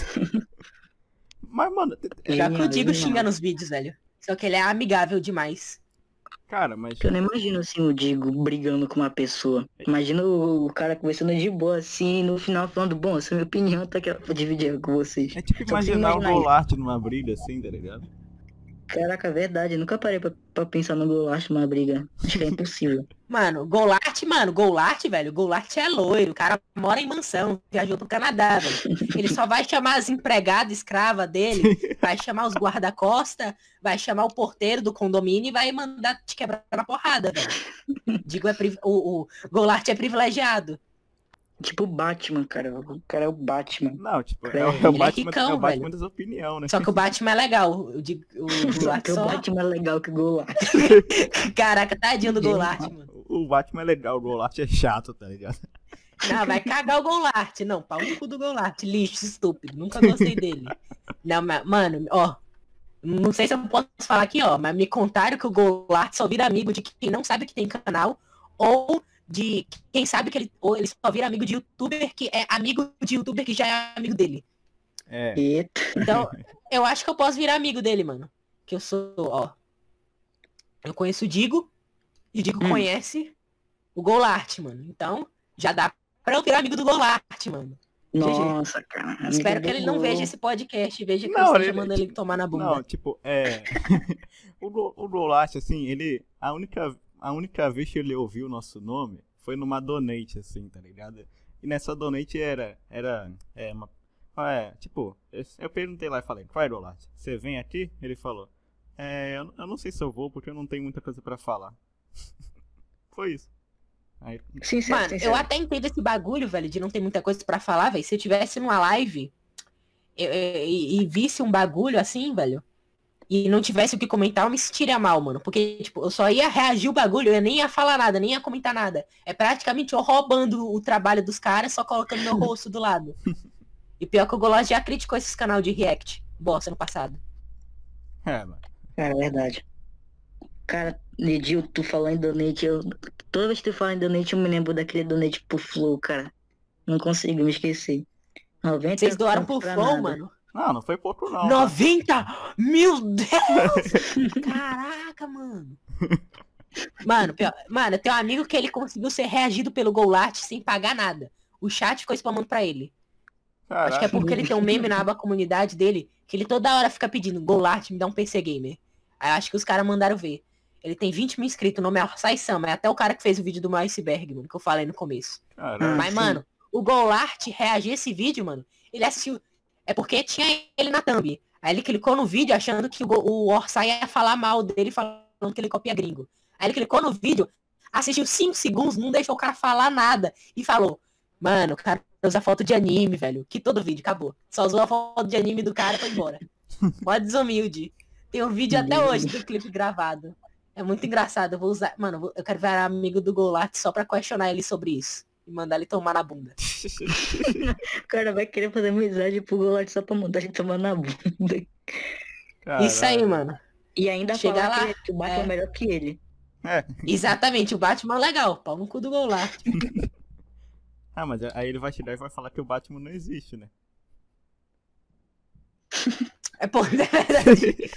Mas, mano, Já que o Digo Genial. xinga nos vídeos, velho. Só que ele é amigável demais. cara, mas... eu não imagino assim o Digo brigando com uma pessoa. Imagina o cara conversando de boa assim, no final falando, bom, essa é a minha opinião, tá aqui pra dividir com vocês. É tipo Só pra você imaginar o imaginar isso. Goulart numa briga assim, tá ligado? Caraca, é verdade, eu nunca parei pra pensar no Goulart numa briga. Acho que é impossível. Mano, Goulart, velho. Goulart é loiro. O cara mora em mansão. Viajou pro Canadá, velho. Ele só vai chamar as empregadas escravas dele. Vai chamar os guarda-costa. Vai chamar o porteiro do condomínio e vai mandar te quebrar na porrada, velho. Digo, o Goulart é privilegiado. Tipo o Batman, cara. O cara é o Batman. Não, tipo, é, Credo. o Ele é Batman, ricão, é o Batman velho. das opiniões, né? Só que o Batman é legal. O Só Goulart que o só... Batman é legal que o Goulart. Caraca, tadinho do Goulart, mano. O Batman é legal, o Goulart é chato, tá ligado? Não, vai cagar o Goulart. Não, pau no cu do Goulart. Lixo, estúpido. Nunca gostei dele. Não, mas, mano, ó. Não sei se eu posso falar aqui, ó. Mas me contaram que o Goulart só vira amigo de quem não sabe que tem canal. Ou de quem sabe que ele... Ou ele só vira amigo de youtuber que é amigo de youtuber que já é amigo dele. É, Eita. Então, eu acho que eu posso virar amigo dele, mano. Que eu sou, ó. Eu conheço o Digo. E o Digo conhece o Goulart, mano. Então, já dá pra eu virar amigo do Goulart, mano. Nossa, cara. Espero que amigo ele do não veja Gol. esse podcast e veja que eu Não, esteja ele- mandando ele tomar na bunda. não, tipo, é... o Goulart, assim, ele... A única vez que ele ouviu o nosso nome foi numa donate, assim, tá ligado? E nessa donate tipo, eu perguntei lá e falei, vai, Goulart, você vem aqui? Ele falou, eu não sei se eu vou porque eu não tenho muita coisa pra falar. Foi isso. Aí, Sincero, Mano, sincero. eu até entendo esse bagulho, velho, de não ter muita coisa pra falar, velho. Se eu tivesse numa live e visse um bagulho assim, velho, e não tivesse o que comentar, eu me sentiria mal, mano. Porque, tipo, eu só ia reagir o bagulho, eu nem ia falar nada, nem ia comentar nada. É praticamente eu roubando o trabalho dos caras, só colocando meu rosto do lado. E pior que o Goulart já criticou esses canal de react. Bosta no passado. mano. Cara, é verdade. Cara, Nedil, tu falando em donate, toda vez que tu fala em donate, eu me lembro daquele donate pro Flow, cara. Não consigo me esquecer. 90 Vocês doaram conto pro pra Flow, nada. mano? Não foi pouco não. tá? 90! Meu Deus! Caraca, mano. Mano, eu tenho um amigo que ele conseguiu ser reagido pelo Goulart sem pagar nada. O chat ficou spamando pra ele. Acho que é Caraca. porque ele tem um meme na aba comunidade dele, que ele toda hora fica pedindo, Goulart, me dá um PC Gamer. Aí eu acho que os caras mandaram ver. Ele tem 20 mil inscritos, o nome é Orsai Sama. É até o cara que fez o vídeo do meu iceberg, mano, que eu falei no começo. Caraca. Mas, sim. mano, o Goulart reagir esse vídeo, mano, ele assistiu. É porque tinha ele na thumb. Aí ele clicou no vídeo achando que o Orsai ia falar mal dele, falando que ele copia gringo. Aí ele clicou no vídeo, assistiu 5 segundos, não deixou o cara falar nada. E falou, mano, o cara usa foto de anime, velho. Que todo vídeo, acabou. Só usou a foto de anime do cara e foi embora. Mó desumilde. Tem um vídeo até hoje do clipe gravado. É muito engraçado. Eu vou usar. Mano, eu quero virar amigo do Goulart só pra questionar ele sobre isso. E mandar ele tomar na bunda. O cara vai querer fazer amizade pro Goulart só pra mandar ele tomar na bunda. Isso aí, mano. E ainda Chega falar lá, que o Batman é melhor que ele. É. Exatamente, o Batman é legal. Pau no cu do Goulart. Ah, mas aí ele vai chegar e vai falar que o Batman não existe, né? É por verdade.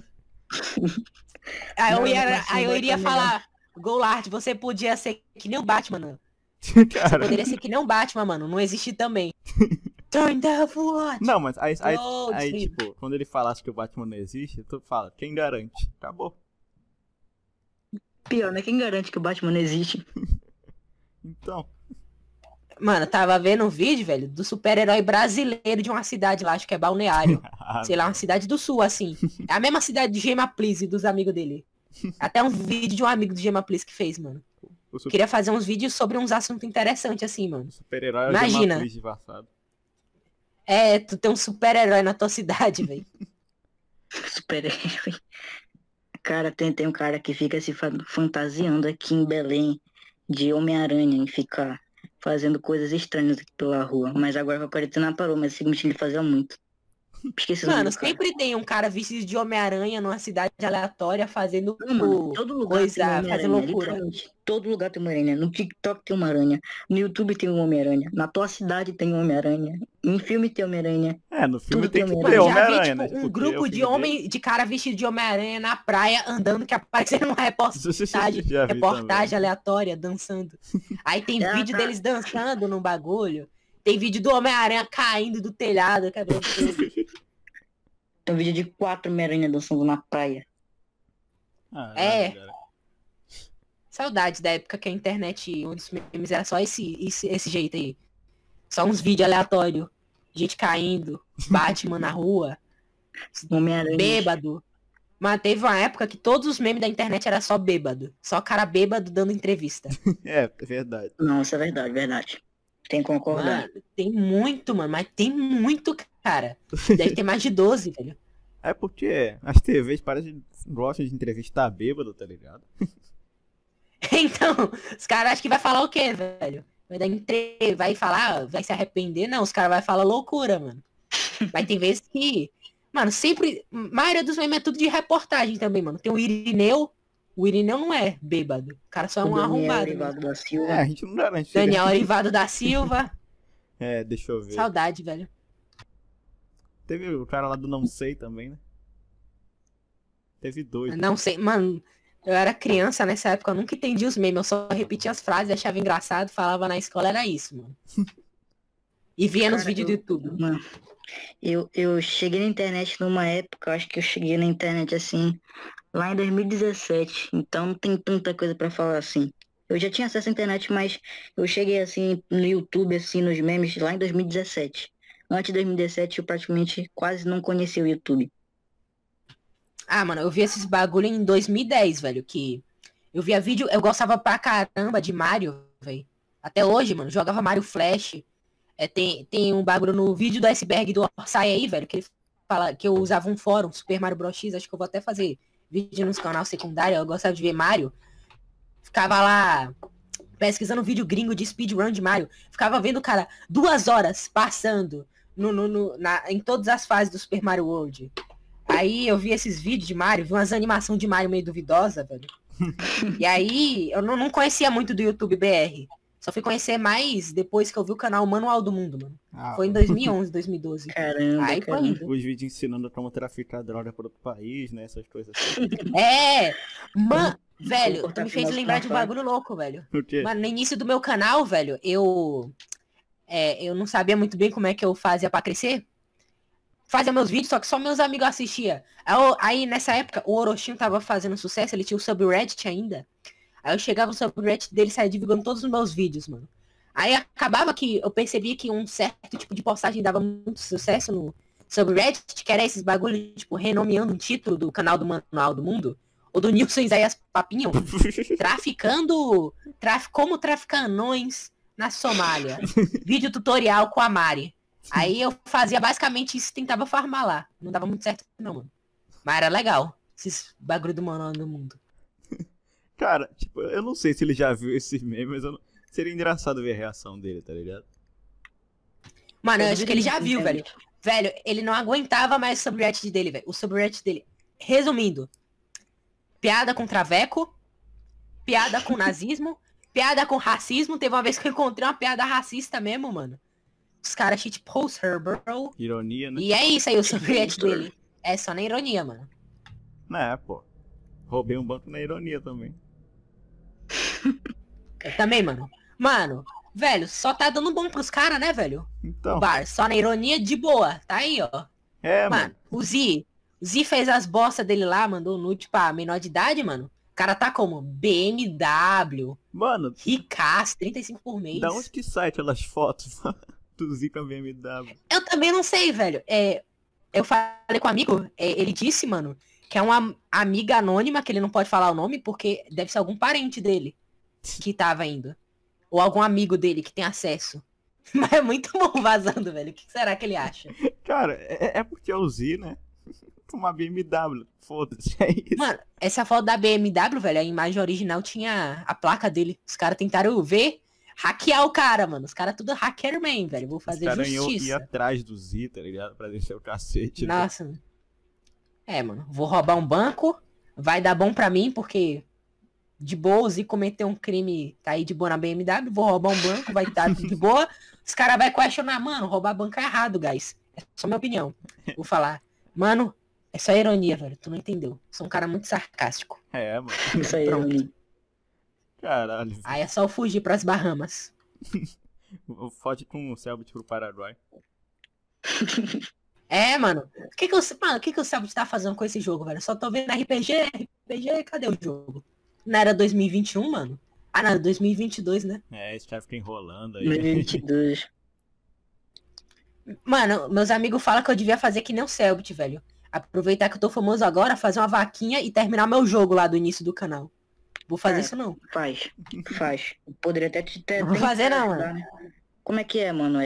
Aí eu, Não, ia, mas aí eu vai iria ser melhor. falar, Goulart, você podia ser que nem o Batman, mano. Você Cara. poderia ser que nem o Batman, mano. Não existe também. Turn the what? Não, mas aí, Oh, desliga. tipo, quando ele falasse que o Batman não existe, tu fala, quem garante? Acabou. Pior, né? Quem garante que o Batman não existe? Então. Mano, tava vendo um vídeo, velho, do super-herói brasileiro de uma cidade lá, acho que é Balneário. Sei lá, uma cidade do sul, assim. É a mesma cidade de Gema Please e dos amigos dele. Até um vídeo de um amigo do Gema Please que fez, mano. O Queria fazer uns vídeos sobre uns assuntos interessantes, assim, mano. super-herói é o Imagina. Gemma disfarçado. É, tu tem um super-herói na tua cidade, velho. Super-herói. Cara, tem um cara que fica se fantasiando aqui em Belém de Homem-Aranha e fica fazendo coisas estranhas aqui pela rua. Mas agora que a quarentena parou, mas seguinte ele fazia muito. Esqueci o nome Mano, do cara. sempre tem um cara vestido de Homem-Aranha numa cidade aleatória fazendo Não, mano, todo lugar tem uma coisa, fazendo Homem-Aranha, loucura. literalmente. Todo lugar tem uma aranha. No TikTok tem uma aranha. No YouTube tem um Homem-Aranha. Na tua cidade tem um Homem-Aranha. Em filme tem Homem-Aranha. No filme Tudo tem tem que Homem-Aranha. ter Mano, já vi, Homem-Aranha, tipo, né? um Porque é grupo o de filme homem, de cara vestido de Homem-Aranha na praia, andando, que aparecendo uma reportagem, Já vi reportagem aleatória, dançando. Aí tem Ah, vídeo tá. deles dançando num bagulho. Tem vídeo do Homem-Aranha caindo do telhado, quebrando tudo. Tem um vídeo de 4 Homem-Aranha dançando na praia. É. Cara. Saudades da época que a internet, onde os memes era só esse jeito aí. Só uns vídeos aleatórios. Gente caindo, Batman na rua, Homem-Aranha. bêbado. Mas teve uma época que todos os memes da internet era só bêbado. Só cara bêbado dando entrevista. É verdade. Não, isso é verdade, verdade. Tem que concordar. Mano, tem muito, mano. Mas tem muito, cara. Deve ter mais de 12, velho. É porque as TVs parecem gostam de entrevistar bêbado, tá ligado? Então, os caras acham que vai falar o quê, velho? Vai falar, vai se arrepender? Não, os caras vão falar loucura, mano. Mas tem vezes que... Mano, sempre... A maioria dos memes é tudo de reportagem também, mano. Tem o Irineu. O Irineu não é bêbado. O cara só é um O Daniel arrombado. Arivado Mano. da Silva. A gente não garante. Daniel Arivado da Silva. Deixa eu ver. Saudade, velho. Teve o cara lá do Não Sei também, né? Teve 2. Não sei, mano. Eu era criança nessa época, eu nunca entendi os memes. Eu só repetia as frases, achava engraçado, falava na escola, era isso, mano. E via nos Cara, vídeos do YouTube. Mano, eu cheguei na internet numa época, acho que eu cheguei na internet assim, lá em 2017. Então não tem tanta coisa pra falar assim. Eu já tinha acesso à internet, mas eu cheguei assim no YouTube, assim, nos memes, lá em 2017. Antes de 2017 eu praticamente quase não conhecia o YouTube. Ah, mano, eu vi esses bagulho em 2010, velho, que eu via vídeo, eu gostava pra caramba de Mario, velho. Até hoje, mano, jogava Mario Flash. Tem um bagulho no vídeo do iceberg do Orsai aí, velho, que ele fala que eu usava um fórum, Super Mario Bros X, acho que eu vou até fazer vídeo nos canal secundário, eu gostava de ver Mario. Ficava lá pesquisando vídeo gringo de speedrun de Mario. Ficava vendo, cara, 2 horas passando em todas as fases do Super Mario World. Aí eu vi esses vídeos de Mario, vi umas animações de Mario meio duvidosa, velho. E aí eu não conhecia muito do YouTube BR. Só fui conhecer mais depois que eu vi o canal Manual do Mundo, mano. Foi em 2011, 2012. Caramba, Aí foi indo. Os vídeos ensinando como traficar droga para outro país, né? Essas coisas assim. Mano, velho, cortar tu me fez final lembrar de de um uma bagulho louco, velho. O quê? Mano, no início do meu canal, velho, eu não sabia muito bem como é que eu fazia pra crescer. Fazia meus vídeos, só que só meus amigos assistiam. Aí nessa época, o Orochinho tava fazendo sucesso, ele tinha o subreddit ainda. Aí eu chegava no subreddit dele e saia divulgando todos os meus vídeos, mano. Aí acabava que eu percebia que um certo tipo de postagem dava muito sucesso no subreddit, que era esses bagulhos, tipo, renomeando um título do canal do Manual do Mundo. Ou do Nilson Isaías Papinho. Como traficar anões na Somália. Vídeo tutorial com a Mari. Aí eu fazia basicamente isso e tentava farmar lá. Não dava muito certo não, mano. Mas era legal. Esses bagulho do Manual do Mundo. Cara, tipo, eu não sei se ele já viu esses memes, mas seria engraçado ver a reação dele, tá ligado? Mano, eu acho que ele já viu, velho. Velho, ele não aguentava mais o subreddit dele, velho. O subreddit dele, resumindo, piada com traveco, piada com nazismo, piada com racismo. Teve uma vez que eu encontrei uma piada racista mesmo, mano. Os caras shitpost her, bro. Ironia, né? E é isso aí, o subreddit dele. É só na ironia, mano. Pô. Roubei um banco na ironia também. Eu também, mano. Mano, velho, só tá dando bom pros caras, né, velho? Então. O bar, só na ironia de boa. Tá aí, ó. Mano. O Z fez as bostas dele lá, mandou nude pra menor de idade, mano. O cara tá como? BMW. Mano. Ricaço, 35 por mês. Da onde que sai aquelas fotos do Z com a BMW? Eu também não sei, velho. Eu falei com um amigo, ele disse, mano, que é uma amiga anônima, que ele não pode falar o nome, porque deve ser algum parente dele que tava indo. Ou algum amigo dele que tem acesso. Mas é muito bom vazando, velho. O que será que ele acha? Cara, é porque eu usei, né? Uma BMW. Foda-se, é isso. Mano, essa foto da BMW, velho, a imagem original tinha a placa dele. Os caras tentaram ver, hackear o cara, mano. Os caras tudo hackerman, velho. Vou fazer Os caras iam ir justiça. atrás do Z, tá ligado? Pra descer o cacete. né? Nossa. É, mano. Vou roubar um banco. Vai dar bom pra mim, porque de boa, e cometer um crime, tá aí de boa na BMW. Vou roubar um banco, vai estar tudo de boa. Os caras vão questionar, mano, roubar banco é errado, guys. É só minha opinião. Vou falar, mano, é só ironia, velho. Tu não entendeu. Sou um cara muito sarcástico. É, mano. Isso aí, Pronto. Leoninho. Caralho. Aí é só eu fugir pras Bahamas. Foge com o Selbit pro Paraguai. É, mano. O que que o Selbit tá fazendo com esse jogo, velho? Eu só tô vendo RPG, cadê o jogo? Não era 2021, mano? Ah, não, era 2022, né? É, esse cara fica enrolando aí. 2022. Mano, meus amigos falam que eu devia fazer que nem o Selbit, velho. Aproveitar que eu tô famoso agora, fazer uma vaquinha e terminar meu jogo lá do início do canal. Vou fazer isso não. Faz. Poderia até te ter. Não vou fazer não, ajudar, né? Como é que é, mano?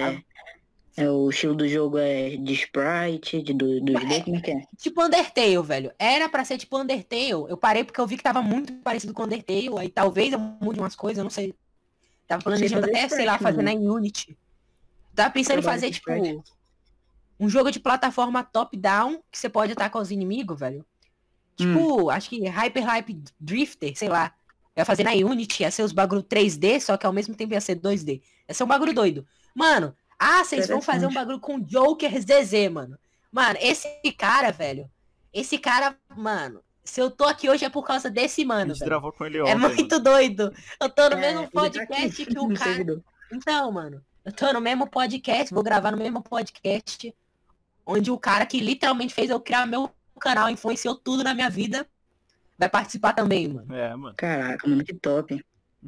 O estilo do jogo é de sprite, de 2D, como é que é? Tipo Undertale, velho. Era pra ser tipo Undertale. Eu parei porque eu vi que tava muito parecido com Undertale. Aí talvez eu mude umas coisas, eu não sei. Tava planejando fazer até, sei lá, sprite, fazer na mano. Unity. Tava pensando em Trabalho fazer, com tipo, sprite. um jogo de plataforma top-down que você pode atacar os inimigos, velho. Tipo, acho que Hyper Drifter, sei lá. Ia fazer na Unity, ia ser os bagulho 3D, só que ao mesmo tempo ia ser 2D. Ia ser um bagulho doido. Mano, vocês vão fazer um bagulho com Joker ZZ, mano. Mano, esse cara, velho. Esse cara, mano. Se eu tô aqui hoje é por causa desse A mano, gente velho. gravou com ele ontem. É muito doido. Eu tô no mesmo Ele tá podcast aqui, que o no cara. servidor. Então, mano. Eu tô no mesmo podcast, vou gravar no mesmo podcast. Onde o cara que literalmente fez eu criar meu canal, influenciou tudo na minha vida, vai participar também, mano. É, mano. Caraca, mano, que top.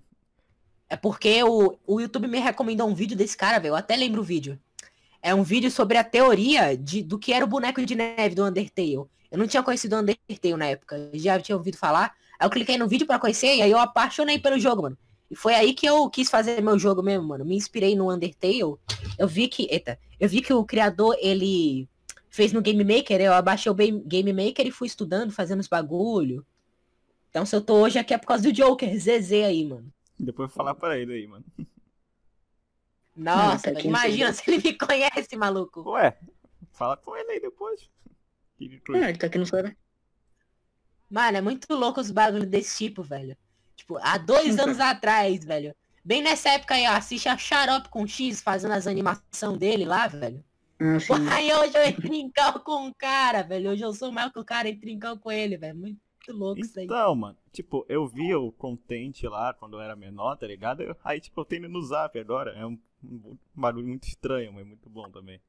É porque o YouTube me recomendou um vídeo desse cara, velho. Eu até lembro o vídeo. É um vídeo sobre a teoria do que era o boneco de neve do Undertale. Eu não tinha conhecido o Undertale na época. Já tinha ouvido falar. Aí eu cliquei no vídeo pra conhecer e aí eu apaixonei pelo jogo, mano. E foi aí que eu quis fazer meu jogo mesmo, mano. Me inspirei no Undertale. Eu vi que o criador, ele fez no Game Maker. Eu abaixei o Game Maker e fui estudando, fazendo os bagulho. Então se eu tô hoje aqui é por causa do Joker, ZZ aí, mano. Depois eu vou falar pra ele aí, mano. Nossa, tá velho, aqui, imagina se ele me conhece, maluco. Ué, fala com ele aí depois. Ele tá aqui no celular. Mano, é muito louco os bagulhos desse tipo, velho. Tipo, há 2 anos atrás, velho. Bem nessa época aí, ó, assiste a Xarope com X fazendo as animações dele lá, velho. Pô, aí hoje eu entro em cal com o cara, velho. Hoje eu sou maior que o cara, entro em cal com ele, velho. Muito louco isso aí. Então, mano, tipo, eu via o content lá quando eu era menor, tá ligado? Aí, tipo, eu tenho no Zap agora. É um barulho muito estranho, mas muito bom também.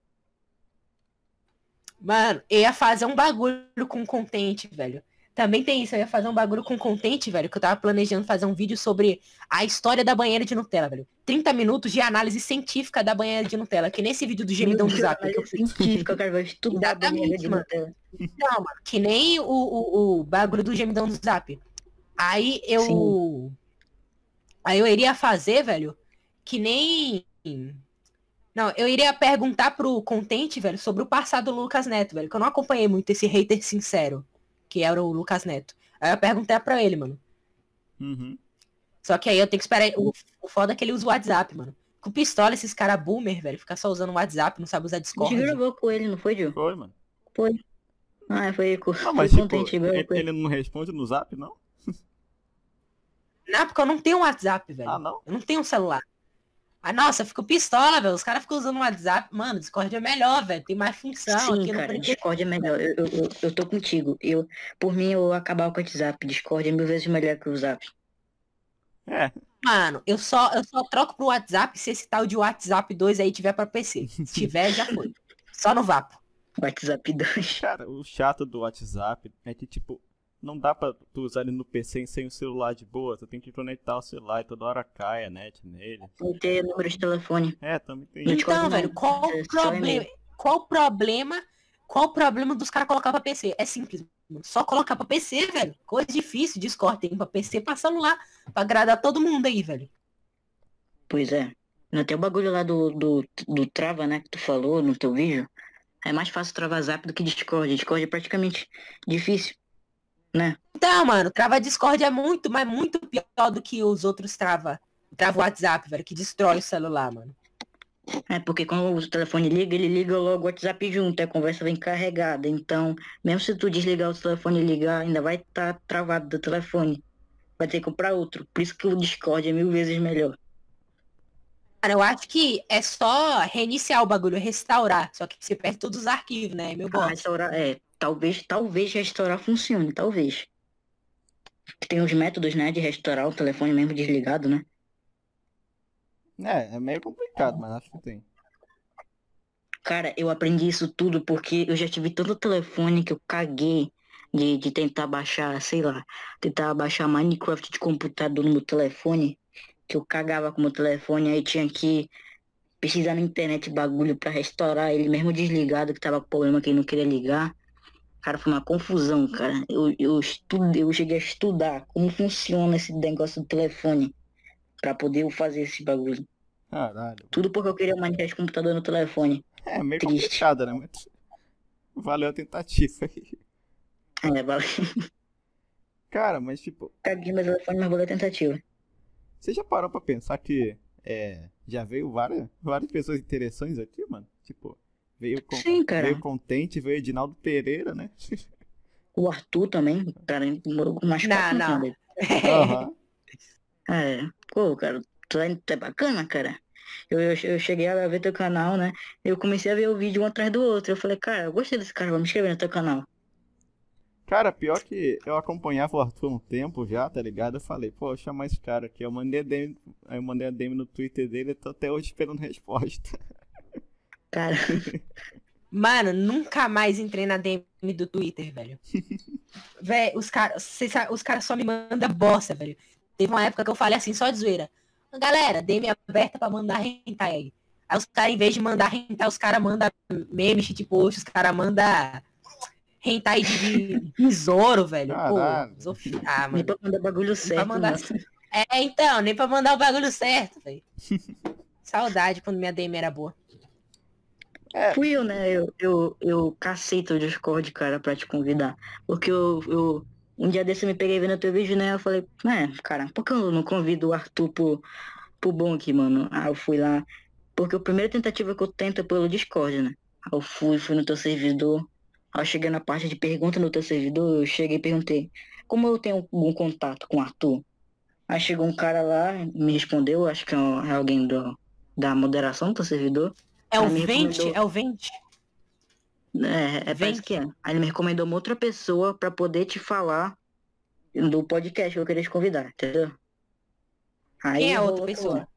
Mano, eu ia fazer um bagulho com content, velho. Também tem isso, eu ia fazer um bagulho com content, velho, que eu tava planejando fazer um vídeo sobre a história da banheira de Nutella, velho. 30 minutos de análise científica da banheira de Nutella, que nesse vídeo do gemidão do Zap. Que eu fiz. Científica, cara, vai estudar a banheira de mano. Nutella. Não, mano, que nem o bagulho do gemidão do Zap. Aí eu... Aí eu iria fazer, velho, que nem... Não, eu iria perguntar pro Content, velho, sobre o passado do Lucas Neto, velho, que eu não acompanhei muito esse hater sincero, que era o Lucas Neto. Aí eu perguntei pra ele, mano. Uhum. Só que aí eu tenho que esperar... O foda é que ele usa o WhatsApp, mano. Com pistola, esses caras boomer, velho, fica só usando o WhatsApp, não sabe usar A gente Discord. gravou com ele, não foi, Gil? Foi, mano. Foi. Foi com Não, mas foi tipo, Content, gravou com ele. ele não responde no Zap, não? Não, porque eu não tenho um WhatsApp, velho. Ah, não? Eu não tenho um celular. Ah, nossa, eu fico pistola, velho. Os caras ficam usando o WhatsApp. Mano, Discord é melhor, velho. Tem mais função. Sim, aqui cara, não tem... Discord é melhor. Eu tô contigo. Por mim, eu acabava com o WhatsApp. Discord é 1000 vezes melhor que o Zap. É. Mano, eu só troco pro WhatsApp se esse tal de WhatsApp 2 aí tiver pra PC. Se tiver, já foi. Só no Vapo. WhatsApp 2. Cara, o chato do WhatsApp é que, tipo, não dá pra tu usar ele no PC sem o celular de boa. Tu tem que conectar o celular e toda hora cai a net nele. Vai ter número de telefone. É, também tem Gente, isso. Então, não, velho, qual é o só problema? e-mail. Qual o problema dos caras colocar pra PC? É simples, mano. Só colocar pra PC, velho. Coisa difícil. Discord tem pra PC, pra celular. Pra agradar todo mundo aí, velho. Pois é. Até o bagulho lá do trava, né, que tu falou no teu vídeo. É mais fácil travar Zap do que Discord. Discord é praticamente difícil, né? Então, mano, trava Discord é muito, mas muito pior do que os outros trava. Trava o WhatsApp, velho, que destrói o celular, mano. É porque quando o telefone liga, ele liga logo o WhatsApp junto, a conversa vem carregada. Então, mesmo se tu desligar o telefone e ligar, ainda vai estar travado do telefone. Vai ter que comprar outro. Por isso que o Discord é 1000 vezes melhor. Cara, eu acho que é só reiniciar o bagulho, restaurar. Só que você perde todos os arquivos, né? Meu bosta. Restaurar, talvez restaurar funcione, talvez. Tem os métodos, né, de restaurar o telefone mesmo desligado, né? É meio complicado, mas acho que tem. Cara, eu aprendi isso tudo porque eu já tive tanto telefone que eu caguei de tentar baixar, sei lá, tentar baixar Minecraft de computador no meu telefone, que eu cagava com o meu telefone, aí tinha que pesquisar na internet bagulho pra restaurar ele mesmo desligado, que tava com problema que ele não queria ligar. Cara, foi uma confusão, cara. Eu cheguei a estudar como funciona esse negócio do telefone pra poder fazer esse bagulho. Caralho. Tudo porque eu queria Minecraft de computador no telefone. É meio Triste. complicado, né? Mas valeu a tentativa aí. Valeu. Cara, mas tipo, Caguei meu telefone, mas valeu a tentativa. você já parou pra pensar que já veio várias pessoas interessantes aqui, mano? Tipo, Sim, cara. veio Contente, veio Edinaldo Pereira, né? O Arthur também, cara, demorou mais Não, 4 não. anos. Aham. Pô, cara, tu é bacana, cara. Eu cheguei a ver teu canal, né? Eu comecei a ver o vídeo um atrás do outro. Eu falei, cara, eu gostei desse cara, vou me inscrever no teu canal. Cara, pior que eu acompanhava o Arthur há um tempo já, tá ligado? Eu falei, pô, eu chamar esse cara aqui. Eu mandei a DM no Twitter dele e tô até hoje esperando resposta. Cara, Mano, nunca mais entrei na DM do Twitter, velho. Véi, os caras só me mandam bosta, velho. Teve uma época que eu falei assim, só de zoeira. Galera, DM aberta pra mandar hentai aí. Aí os caras, em vez de mandar hentai, os caras mandam memes, tipo, hoje os caras mandam hentai de tesouro, velho. Caralho. Pô, nem mano. pra mandar bagulho Nem certo, pra mandar... né? Então, nem pra mandar o bagulho certo, velho. Saudade quando minha DM era boa. Fui eu, né? Eu cacei teu Discord, cara, pra te convidar. Porque um dia desse eu me peguei vendo teu vídeo, né? Eu falei, cara, por que eu não convido o Arthur pro bom aqui, mano? Aí eu fui lá. Porque a primeira tentativa que eu tento é pelo Discord, né? Aí eu fui no teu servidor. Aí eu cheguei na parte de pergunta no teu servidor, eu cheguei e perguntei, como eu tenho algum contato com o Arthur? Aí chegou um cara lá, me respondeu, acho que é alguém da moderação do teu servidor. É o Aí me Vente? recomendou- É o Vente? parece Vente. que é. Aí ele me recomendou uma outra pessoa pra poder te falar do podcast que eu queria te convidar, entendeu? Aí Quem é a outra rolou pessoa? tudo.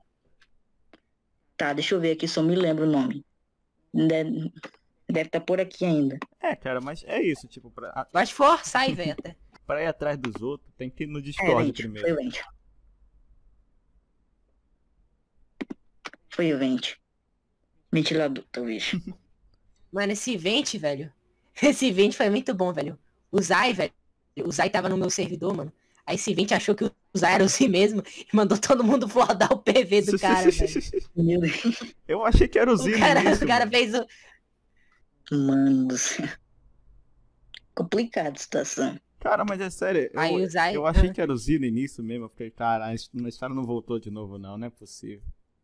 Tá, deixa eu ver aqui, só me lembro o nome. Deve estar por aqui ainda. Cara, mas é isso, tipo, Vai forçar aí, velho, até. pra ir atrás dos outros, tem que ir no Discord Vente, primeiro. foi o Vente. Foi o Vente. Ventilador, talvez. Mano, esse Vente, velho. Esse Vente foi muito bom, velho. O Zai, velho. O Zai tava no meu servidor, mano. Aí esse Vente achou que o Zai era o si mesmo e mandou todo mundo flodar o PV do cara, velho. Meu Deus. Eu achei que era o Zino nisso, O cara mano. fez o... Mano do céu. Complicada a situação. Cara, mas é sério, Aí o Zai... eu achei que era o Zino início mesmo. Eu fiquei, cara, esse cara não voltou de novo não é possível.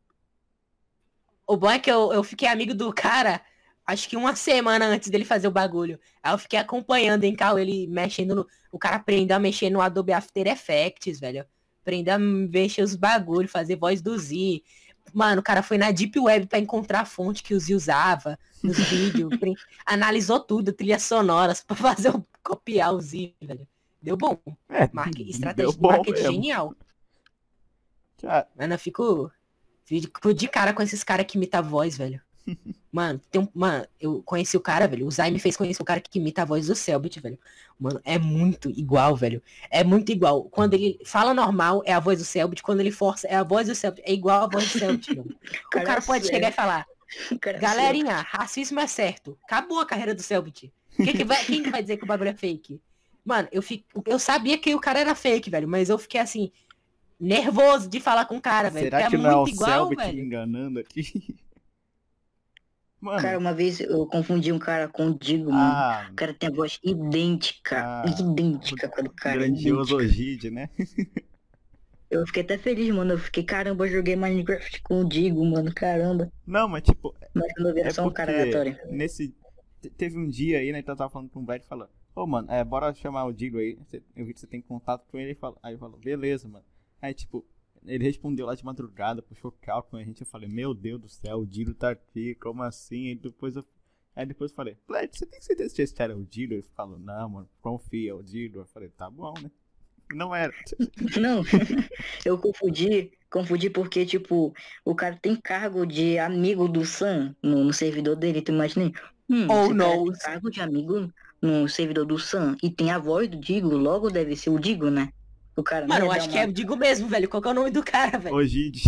O bom é que eu fiquei amigo do cara, acho que uma semana antes dele fazer o bagulho. Aí eu fiquei acompanhando em carro, ele mexendo no... O cara aprendeu a mexer no Adobe After Effects, velho. Aprendeu a mexer os bagulhos, fazer voz do Z. Mano, o cara foi na Deep Web pra encontrar a fonte que o Z usava nos vídeos. Analisou tudo, trilhas sonoras, pra copiar o Z, velho. Deu bom. Estratégia deu de bom marketing mesmo. genial. Cara, Mano, eu fico de cara com esses caras que imitam a voz, velho. Mano, eu conheci o cara, velho. O Zay me fez conhecer o cara que imita a voz do Selbit, velho. Mano, é muito igual, velho. É muito igual. Quando ele fala normal, é a voz do Selbit. Quando ele força, é a voz do Selbit. É igual a voz do Selbit, mano. O cara pode chegar e falar, galerinha, racismo é certo. Acabou a carreira do Selbit. Quem que vai dizer que o bagulho é fake? Mano, eu sabia que o cara era fake, velho. Mas eu fiquei assim... nervoso de falar com o cara, velho. Será porque que não é o muito igual, Selbit me velho. enganando aqui? Mano, Cara, uma vez eu confundi um cara com o Digo, mano. ah, O cara tem a voz idêntica. ah, Idêntica com a do cara. grandioso Idêntica. Ogide, né? Eu fiquei até feliz, mano. Eu fiquei, caramba, eu joguei Minecraft com o Digo, mano. Caramba. Não, mas tipo, Mas quando eu vi era é só um cara porque aleatório. teve um dia aí, né, que eu tava falando com o Brad e falou, ô, mano, bora chamar o Digo aí, eu vi que você tem contato com ele, aí falou, beleza, mano. Aí, tipo, ele respondeu lá de madrugada, puxou cálculo com a gente, eu falei, meu Deus do céu, o Digo tá aqui, como assim? Aí depois eu falei, Brad, você tem certeza que esse cara é o Digo? Ele falou, não, mano, confia, é o Digo. Eu falei, tá bom, né? Não era. Não, eu confundi porque, tipo, o cara tem cargo de amigo do Sam no servidor dele, tu imagina? Oh, Esse cara não. tem cargo de amigo no servidor do Sam e tem a voz do Digo, logo deve ser o Digo, né? O cara não Mano, ia eu dar acho que é o Digo mesmo, velho. Qual que é o nome do cara, velho? Ogide.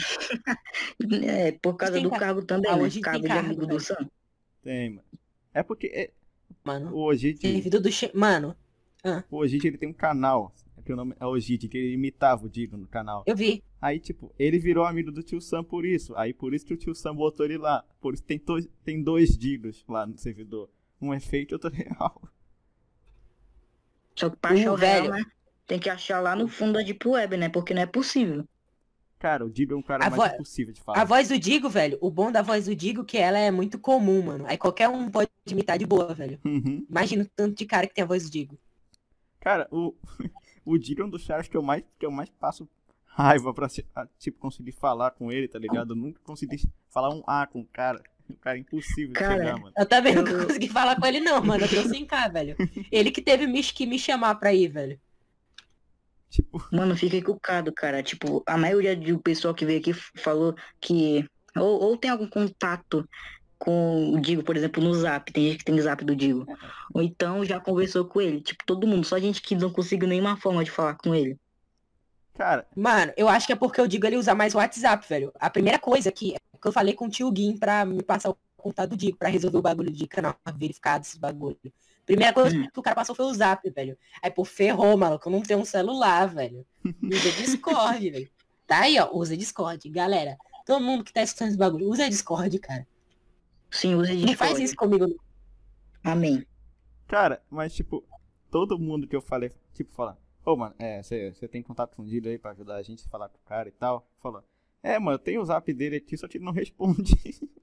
Por causa tem do car- cargo também, Ah, né? hoje tem Cargo de cargo, amigo do velho. Sam. Tem, mano. É porque Mano, o Ogide, servidor do... Mano, o Ogide, ele tem um canal, que o nome é Ogide, que ele imitava o Digo no canal. eu vi. Aí, tipo, ele virou amigo do tio Sam por isso. Aí, por isso que o tio Sam botou ele lá. Por isso tem dois Digos lá no servidor. Um é fake e outro é real. Só que pra achar o real, Velho. né? Tem que achar lá no fundo da Deep Web, né? Porque não é possível. Cara, o Digo é um cara A mais vo- impossível de A falar. voz do Digo, velho, o bom da voz do Digo é que ela é muito comum, mano. Aí qualquer um pode imitar de boa, velho. Uhum. Imagina o tanto de cara que tem a voz do Digo. Cara, o Digo é um dos caras que eu mais passo raiva pra, tipo, conseguir falar com ele, tá ligado? Eu nunca consegui falar um A com o cara. O cara é impossível de Cara, chegar, mano. Eu também nunca Eu- consegui falar com ele não, mano. Eu tô sem cá, velho. Ele que teve que me chamar pra ir, velho. Tipo, Mano, fica encucado, cara. Tipo, a maioria do pessoal que veio aqui falou que ou tem algum contato com o Digo, por exemplo, no Zap. Tem gente que tem Zap do Digo. Ou então já conversou com ele. Tipo, todo mundo. Só gente que não conseguiu nenhuma forma de falar com ele. cara, Mano, eu acho que é porque o Digo ele usa mais o WhatsApp, velho. A primeira coisa que eu falei com o tio Guim pra me passar o contato do Digo, pra resolver o bagulho de canal verificado, esses bagulho. Primeira coisa que o cara passou foi o Zap, velho. Aí, pô, ferrou, maluco. Eu não tenho um celular, velho. Usa Discord, velho. Tá aí, ó. Usa Discord. Galera, todo mundo que tá escutando esse bagulho, usa Discord, cara. Sim, usa Não faz Discord. isso comigo, não. Amém. cara, mas tipo, todo mundo que eu falei, tipo, fala, ô, mano, você tem contato com o Digo aí pra ajudar a gente a falar com o cara e tal? Falou, mano, eu tenho o Zap dele aqui, só que ele não responde.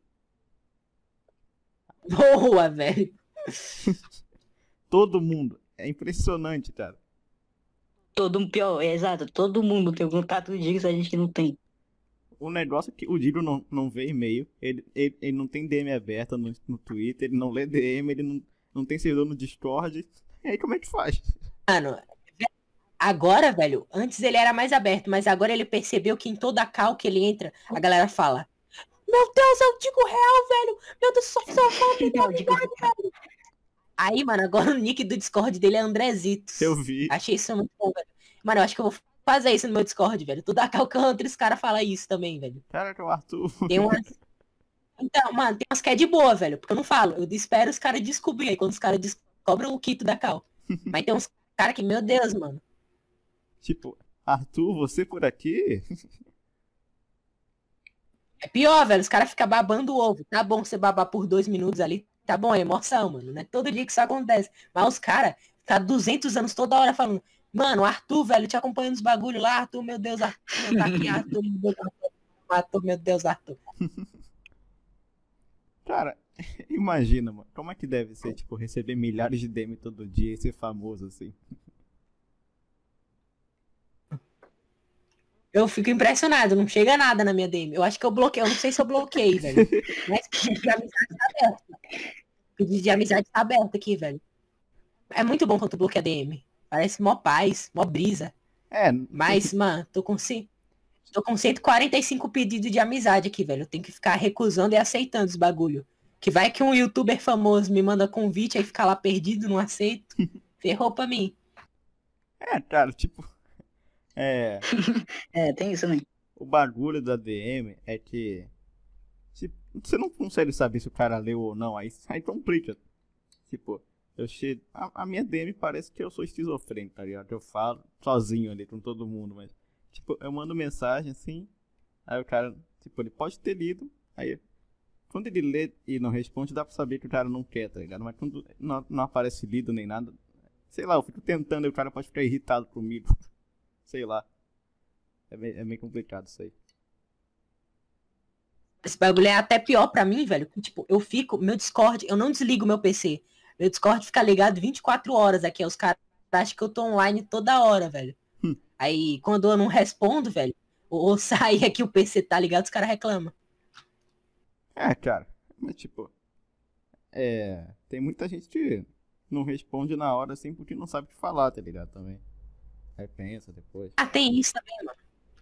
Boa, velho. Todo mundo. É impressionante, cara. Pior, exato. Todo mundo tem o contato do Digo, só a gente que não tem. O negócio é que o Digo não vê e-mail, ele não tem DM aberta no Twitter, ele não lê DM, ele não tem servidor no Discord. E aí como é que faz? Mano, agora, velho, antes ele era mais aberto, mas agora ele percebeu que em toda call que ele entra, a galera fala: Meu Deus, é o Digo Real, velho! Meu Deus, sou fã, me dá Não, Digo- Aí, mano, agora o nick do Discord dele é Andrezitos. Eu vi. Achei isso muito bom, velho. Mano, eu acho que eu vou fazer isso no meu Discord, velho. Toda call que eu entro, os caras falam isso também, velho. Caraca, o Arthur. Tem umas... Então, mano, tem umas que é de boa, velho. Porque eu não falo. Eu espero os caras descobrirem. Aí quando os caras descobrem o quito da cal. Mas tem uns caras que, meu Deus, mano. Tipo, Arthur, você por aqui? É pior, velho. Os caras ficam babando o ovo. Tá bom você babar por 2 minutos ali. Tá bom, é emoção, mano. Não é todo dia que isso acontece. Mas os caras ficam 200 anos toda hora falando: Mano, Arthur, velho, te acompanhando os bagulhos lá. Arthur, meu Deus, Arthur. Tá aqui, Arthur, meu Deus, Arthur, meu Deus, Arthur. Cara, imagina, mano. Como é que deve ser, tipo, receber milhares de DM todo dia e ser famoso assim? Eu fico impressionado, não chega nada na minha DM. Eu acho que eu bloqueei, eu não sei se eu bloqueei, velho. Mas pedido de amizade tá aberto. Pedido de amizade tá aberto aqui, velho. É muito bom quando tu bloqueia DM. Parece mó paz, mó brisa. Mas, mano, tô com 145 pedidos de amizade aqui, velho. Eu tenho que ficar recusando e aceitando os bagulho. Que vai que um youtuber famoso me manda convite, aí fica lá perdido, não aceito. Ferrou pra mim. Cara, tipo, Tem isso, né? o bagulho da DM é que tipo, você não consegue saber se o cara leu ou não, aí complica. Tipo, a minha DM parece que eu sou esquizofrênico, tá ligado? Eu falo sozinho ali com todo mundo, mas Tipo, eu mando mensagem assim, aí o cara, tipo, ele pode ter lido, aí quando ele lê e não responde, dá pra saber que o cara não quer, tá ligado? Mas quando não aparece lido nem nada, sei lá, eu fico tentando e o cara pode ficar irritado comigo. Sei lá. É meio complicado isso aí. Esse bagulho é até pior pra mim, velho. Que, tipo, meu Discord, eu não desligo meu PC. Meu Discord fica ligado 24 horas aqui. Os caras acham que eu tô online toda hora, velho. Aí, quando eu não respondo, velho, ou sai aqui o PC tá ligado, os caras reclamam. É, cara, mas tipo, tem muita gente que não responde na hora assim porque não sabe o que falar, tá ligado? Também. Aí pensa depois. Ah, tem isso também, mano.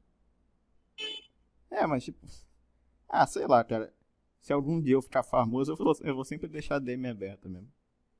Mas tipo, sei lá, cara. Se algum dia eu ficar famoso, eu vou sempre deixar a DM aberta mesmo.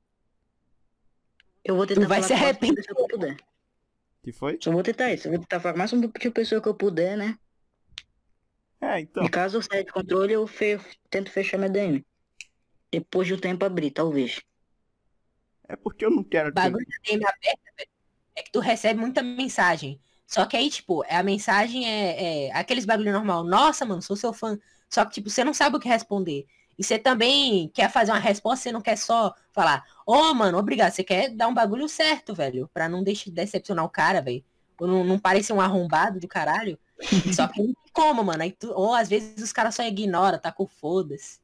Eu vou Tu tentar vai falar se com o máximo de arrepender. pessoa que eu puder. Que foi? Só vou tentar isso. Eu vou tentar falar com o máximo de pessoa que eu puder, né? Então. E caso eu saia de controle, eu tento fechar minha DM. Depois do tempo abrir, talvez. É porque eu não quero O bagulho da DM aberta, velho, é que tu recebe muita mensagem. Só que aí, tipo, a mensagem é aqueles bagulho normal. Nossa, mano, sou seu fã. Só que, tipo, você não sabe o que responder. E você também quer fazer uma resposta, você não quer só falar, mano, obrigado. Você quer dar um bagulho certo, velho. Pra não deixar decepcionar o cara, velho. Ou não parecer um arrombado do caralho. Só que não tem como, mano. Ou às vezes os caras só ignoram, tá com foda-se.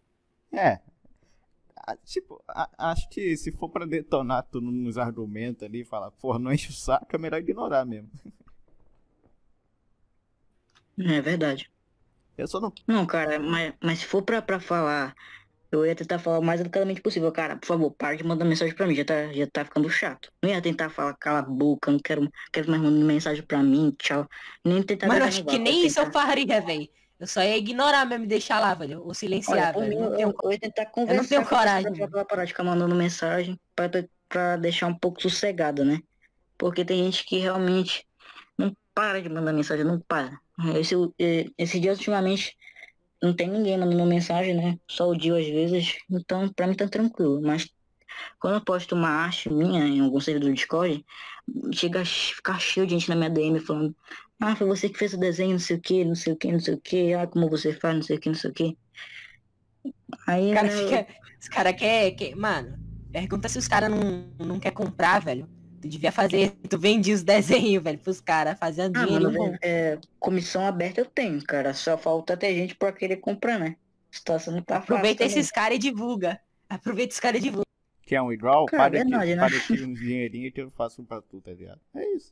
Tipo, acho que se for pra detonar tudo nos argumentos ali e falar, porra, não enche o saco, é melhor ignorar mesmo. É verdade. Eu só não. Não, cara, mas se for pra falar, eu ia tentar falar o mais educadamente possível. Cara, por favor, para de mandar mensagem pra mim, já tá ficando chato. Não ia tentar falar, cala a boca, não quero mais mandar mensagem pra mim, tchau. Nem tentar Mano, dar acho no que vácuo, nem isso eu tentar. faria, velho. Eu só ia ignorar mesmo e deixar lá, velho. Ou Olha, silenciar, por mim, velho. eu ia tentar Eu não tenho conversar com a pessoa coragem, mano. pra parar de ficar mandando mensagem, pra deixar um pouco sossegada, né? Porque tem gente que realmente não para de mandar mensagem, não para. Esse dia, ultimamente, não tem ninguém mandando mensagem, né? Só o Dio às vezes. Então, pra mim tá tranquilo. Mas quando eu posto uma arte minha em algum servidor do Discord, chega a ficar cheio de gente na minha DM falando: Ah, foi você que fez o desenho, não sei o que, não sei o que, não sei o que. Ah, como você faz, não sei o que, não sei o que. O Aí, cara né, fica. Os cara quer. Mano, pergunta se os caras não quer comprar, velho. Tu devia fazer. Tu vendia os desenhos, velho, pros caras. Fazia um mano, dinheirinho bom. comissão aberta eu tenho, cara. Só falta ter gente pra querer comprar, né? A situação não tá fácil Aproveita também. esses caras e divulga. Aproveita esses caras e divulga. Que é um igual, Cara, é verdade, né? paga aqui uns dinheirinhos que eu faço pra tu, tá ligado? É isso.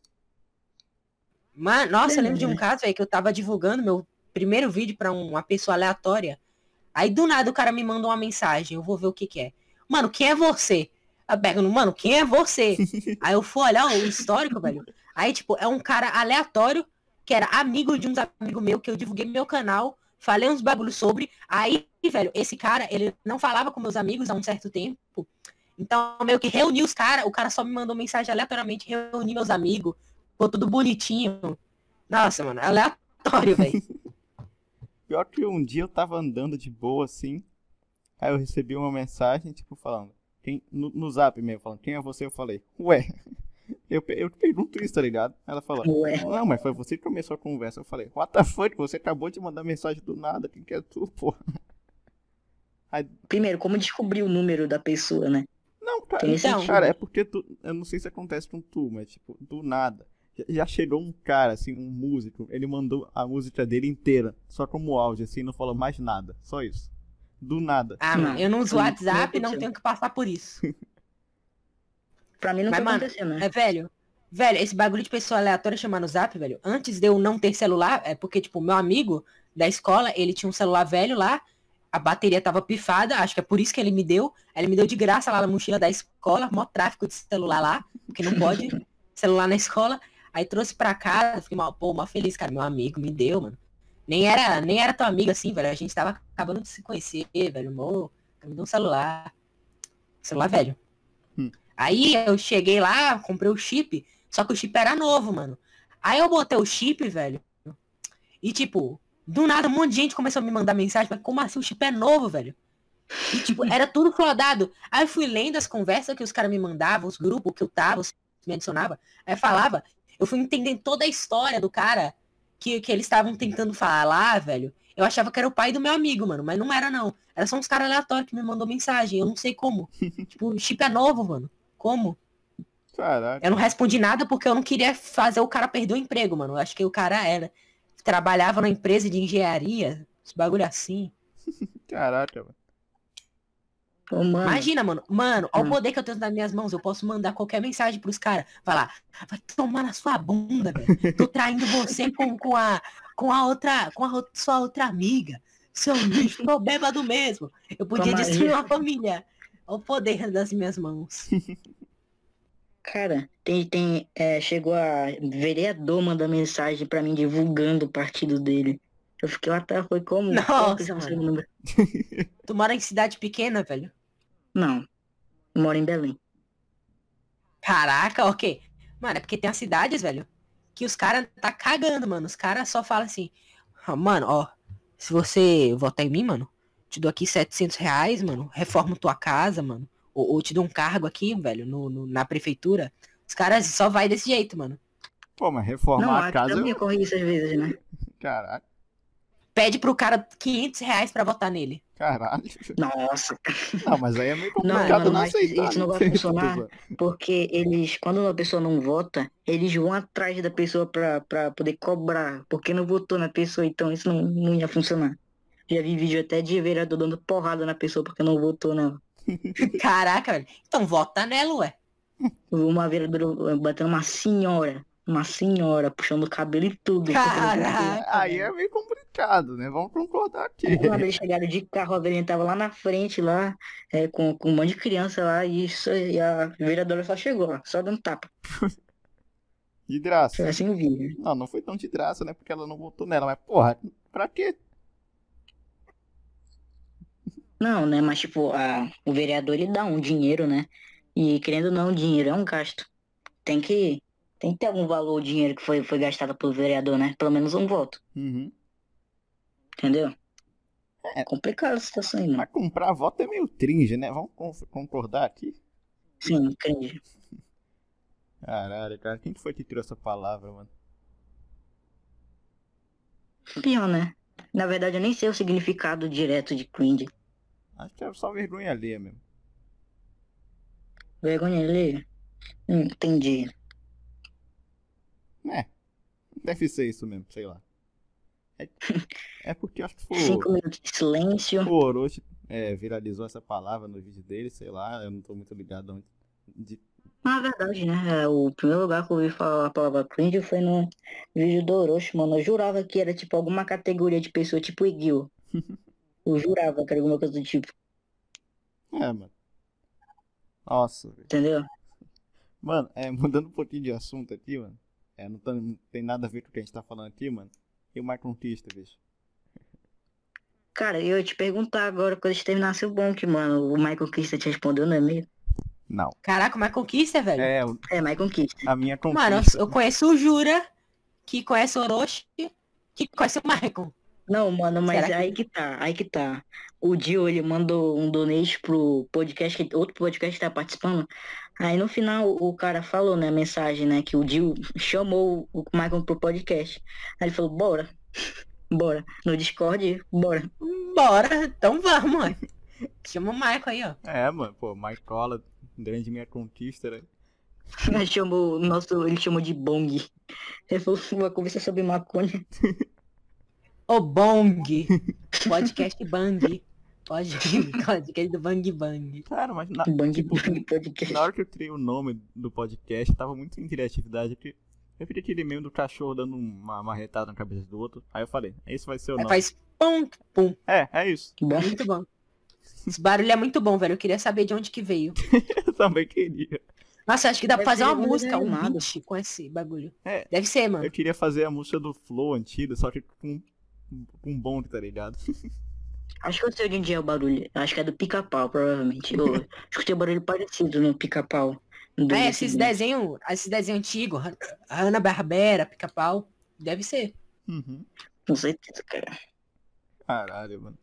Mano, nossa, eu lembro de Verdade, um né? caso, velho, que eu tava divulgando meu primeiro vídeo pra uma pessoa aleatória. Aí do nada o cara me manda uma mensagem, eu vou ver o que é. Mano, quem é você? Eu pego, mano, quem é você? Aí eu fui olhar o histórico, velho. Aí, tipo, é um cara aleatório, que era amigo de uns amigos meus, que eu divulguei no meu canal, falei uns bagulhos sobre. Aí, velho, esse cara, ele não falava com meus amigos há um certo tempo. Então, meio que reuni os caras, o cara só me mandou mensagem aleatoriamente, reuni meus amigos, ficou tudo bonitinho. Nossa, mano, é aleatório, velho. Pior que um dia eu tava andando de boa assim, aí eu recebi uma mensagem, tipo, falando, no zap mesmo, falando, quem é você? Eu falei, ué, eu te pergunto isso, tá ligado? Ela falou, Ué. não, mas foi você que começou a conversa. Eu falei, what the fuck, você acabou de mandar mensagem do nada, quem que é tu, porra? Aí, Primeiro, como descobrir o número da pessoa, né? não, cara, Tem esse Então, sentido. cara, é porque eu não sei se acontece com tu, mas tipo, do nada. Já chegou um cara, assim, um músico, ele mandou a música dele inteira, só como áudio, assim, não falou mais nada, só isso. Do nada. mano, eu não uso Não, WhatsApp, não não aconteceu. tenho que passar por isso. Pra mim nunca Mas, mano, aconteceu, né? velho, esse bagulho de pessoa aleatória chamar no zap, velho, antes de eu não ter celular, é porque, tipo, meu amigo da escola, ele tinha um celular velho lá, a bateria tava pifada, acho que é por isso que ele me deu. Aí ele me deu de graça lá na mochila da escola, mó tráfico de celular lá, porque não pode celular na escola. Aí trouxe pra casa, fiquei mal feliz, cara, meu amigo me deu, mano. Nem era tão amigo assim, velho, a gente tava acabando de se conhecer, velho, me deu um celular velho. Aí eu cheguei lá, comprei o chip, só que o chip era novo, mano. Aí eu botei o chip, velho, e tipo, do nada um monte de gente começou a me mandar mensagem, mas como assim o chip é novo, velho? E tipo, era tudo flodado. Aí eu fui lendo as conversas que os caras me mandavam, os grupos que eu tava, os que me adicionava, aí falava, eu fui entendendo toda a história do cara. que eles estavam tentando falar, velho, eu achava que era o pai do meu amigo, mano. Mas não era, não. Era só uns caras aleatórios que me mandou mensagem. Eu não sei como. Tipo, o chip é novo, mano. Como? Caraca. Eu não respondi nada porque eu não queria fazer o cara perder o emprego, mano. Eu acho que o cara trabalhava numa empresa de engenharia, esse bagulho assim. Caraca, mano. Ô, mano. Imagina, mano. Mano, olha o poder que eu tenho nas minhas mãos. Eu posso mandar qualquer mensagem pros caras. Vai lá, vai tomar na sua bunda, velho. Tô traindo você sua outra amiga. Seu lixo, tô bêbado mesmo. Eu podia Toma destruir isso. uma família. Olha o poder das minhas mãos. Cara, chegou a vereador mandar mensagem pra mim divulgando o partido dele. Eu fiquei lá, tá, foi como? Como que Nossa, você conseguiu mano. o número? Tu mora em cidade pequena, velho? Não, eu moro em Belém. Caraca, ok. Mano, é porque tem as cidades, velho, que os caras tá cagando, mano. Os caras só falam assim, "Ah, mano, ó, se você votar em mim, mano, te dou aqui R$ 700, mano, reformo tua casa, mano. Ou te dou um cargo aqui, velho, na prefeitura. Os caras só vai desse jeito, mano. Pô, mas Não, reformar a aqui casa também eu... ocorre isso às vezes, né? Caraca, Pede pro cara R$ 500 pra votar nele. caralho. Nossa. Não, mas aí é meio Não, complicado mano, não mas aceitar, isso né? não vai Tô funcionar zoando. porque quando uma pessoa não vota, eles vão atrás da pessoa pra poder cobrar, porque não votou na pessoa, então isso não ia funcionar. Já vi vídeo até de vereador dando porrada na pessoa porque não votou, não. Caraca, velho. Então vota nela, ué. Uma vereadora batendo uma senhora, puxando o cabelo e tudo, porque não votou. Caraca, Aí é velho. meio complicado, né? Vamos concordar aqui. Quando eles chegaram de carro, a velhinha tava lá na frente, lá, com um monte de criança lá, e a vereadora só chegou lá, só dando tapa. De graça. Foi assim o vídeo. Não, não foi tão de graça, né? Porque ela não votou nela. Mas, porra, pra quê? Não, né? Mas tipo, o vereador ele dá um dinheiro, né? E querendo ou não, o dinheiro é um gasto. Tem que, tem que ter algum valor o dinheiro que foi gastado pelo vereador, né? Pelo menos um voto, Uhum. entendeu? É. Complicada a situação aí, mano. Mas comprar voto é meio cringe, né? Vamos concordar aqui? Sim, cringe. Caralho, cara. Quem que foi que criou essa palavra, mano? Pior, né? Na verdade, eu nem sei o significado direto de cringe. Acho que é só vergonha alheia mesmo. Vergonha ali? Entendi. É, deve ser isso mesmo, sei lá. É, é porque eu acho que 5 minutos de silêncio. o Orochi viralizou essa palavra no vídeo dele, sei lá, eu não tô muito ligado onde. Na verdade, né? O primeiro lugar que eu ouvi falar a palavra cringe foi no vídeo do Orochi, mano. Eu jurava que era tipo alguma categoria de pessoa, tipo Iguil. Eu jurava que era alguma coisa do tipo, É, mano. Nossa, velho. entendeu? Mano, mudando um pouquinho de assunto aqui, mano. Não tem nada a ver com o que a gente tá falando aqui, mano. E o My Conquista, bicho. Cara, eu ia te perguntar agora, quando eles terminassem o Bonk, mano. O Michael Kister te respondeu no e-mail? Não. Caraca, mas conquista, velho. É, Michael Kister. A minha Mano, conquista. eu conheço o Jura, que conhece o Orochi, que conhece o Michael. Não, mano, mas Será que- aí que tá. O Dio, ele mandou um donate pro podcast, outro podcast que tá participando. Aí no final o cara falou, né, a mensagem, né, que o Dio chamou o Michael pro podcast. Aí ele falou, bora, bora. No Discord, bora. Bora, então vamos, ué. Chama o Michael aí, ó. Mano, pô, Mycola, grande minha conquista, né? Ele chamou de Bong. Ele falou, uma conversa sobre maconha. O Bong. Podcast Bang. Podcast do Bang Bang. Cara, mas Bang tipo, Bang Podcast. na hora que eu criei o nome do podcast, tava muito em criatividade. Porque eu fiz aquele meme do cachorro dando uma marretada na cabeça do outro. Aí eu falei, esse vai ser o Aí nome. faz pum, pum. É isso. Bom, Muito bom. Esse barulho é muito bom, velho. Eu queria saber de onde que veio. Eu também queria. Nossa, acho que dá pra Deve fazer ser uma algum música, desenho um animado. beat com esse bagulho. É. Deve ser, mano. Eu queria fazer a música do Flow antiga, só que com um bonde, tá ligado? acho que eu sei de onde é o barulho. Acho que é do pica-pau, provavelmente. Eu escutei um barulho parecido no pica-pau. Esses desenhos antigos, Hanna-Barbera, Pica-Pau, deve ser. Uhum. Com certeza, cara. Caralho, mano.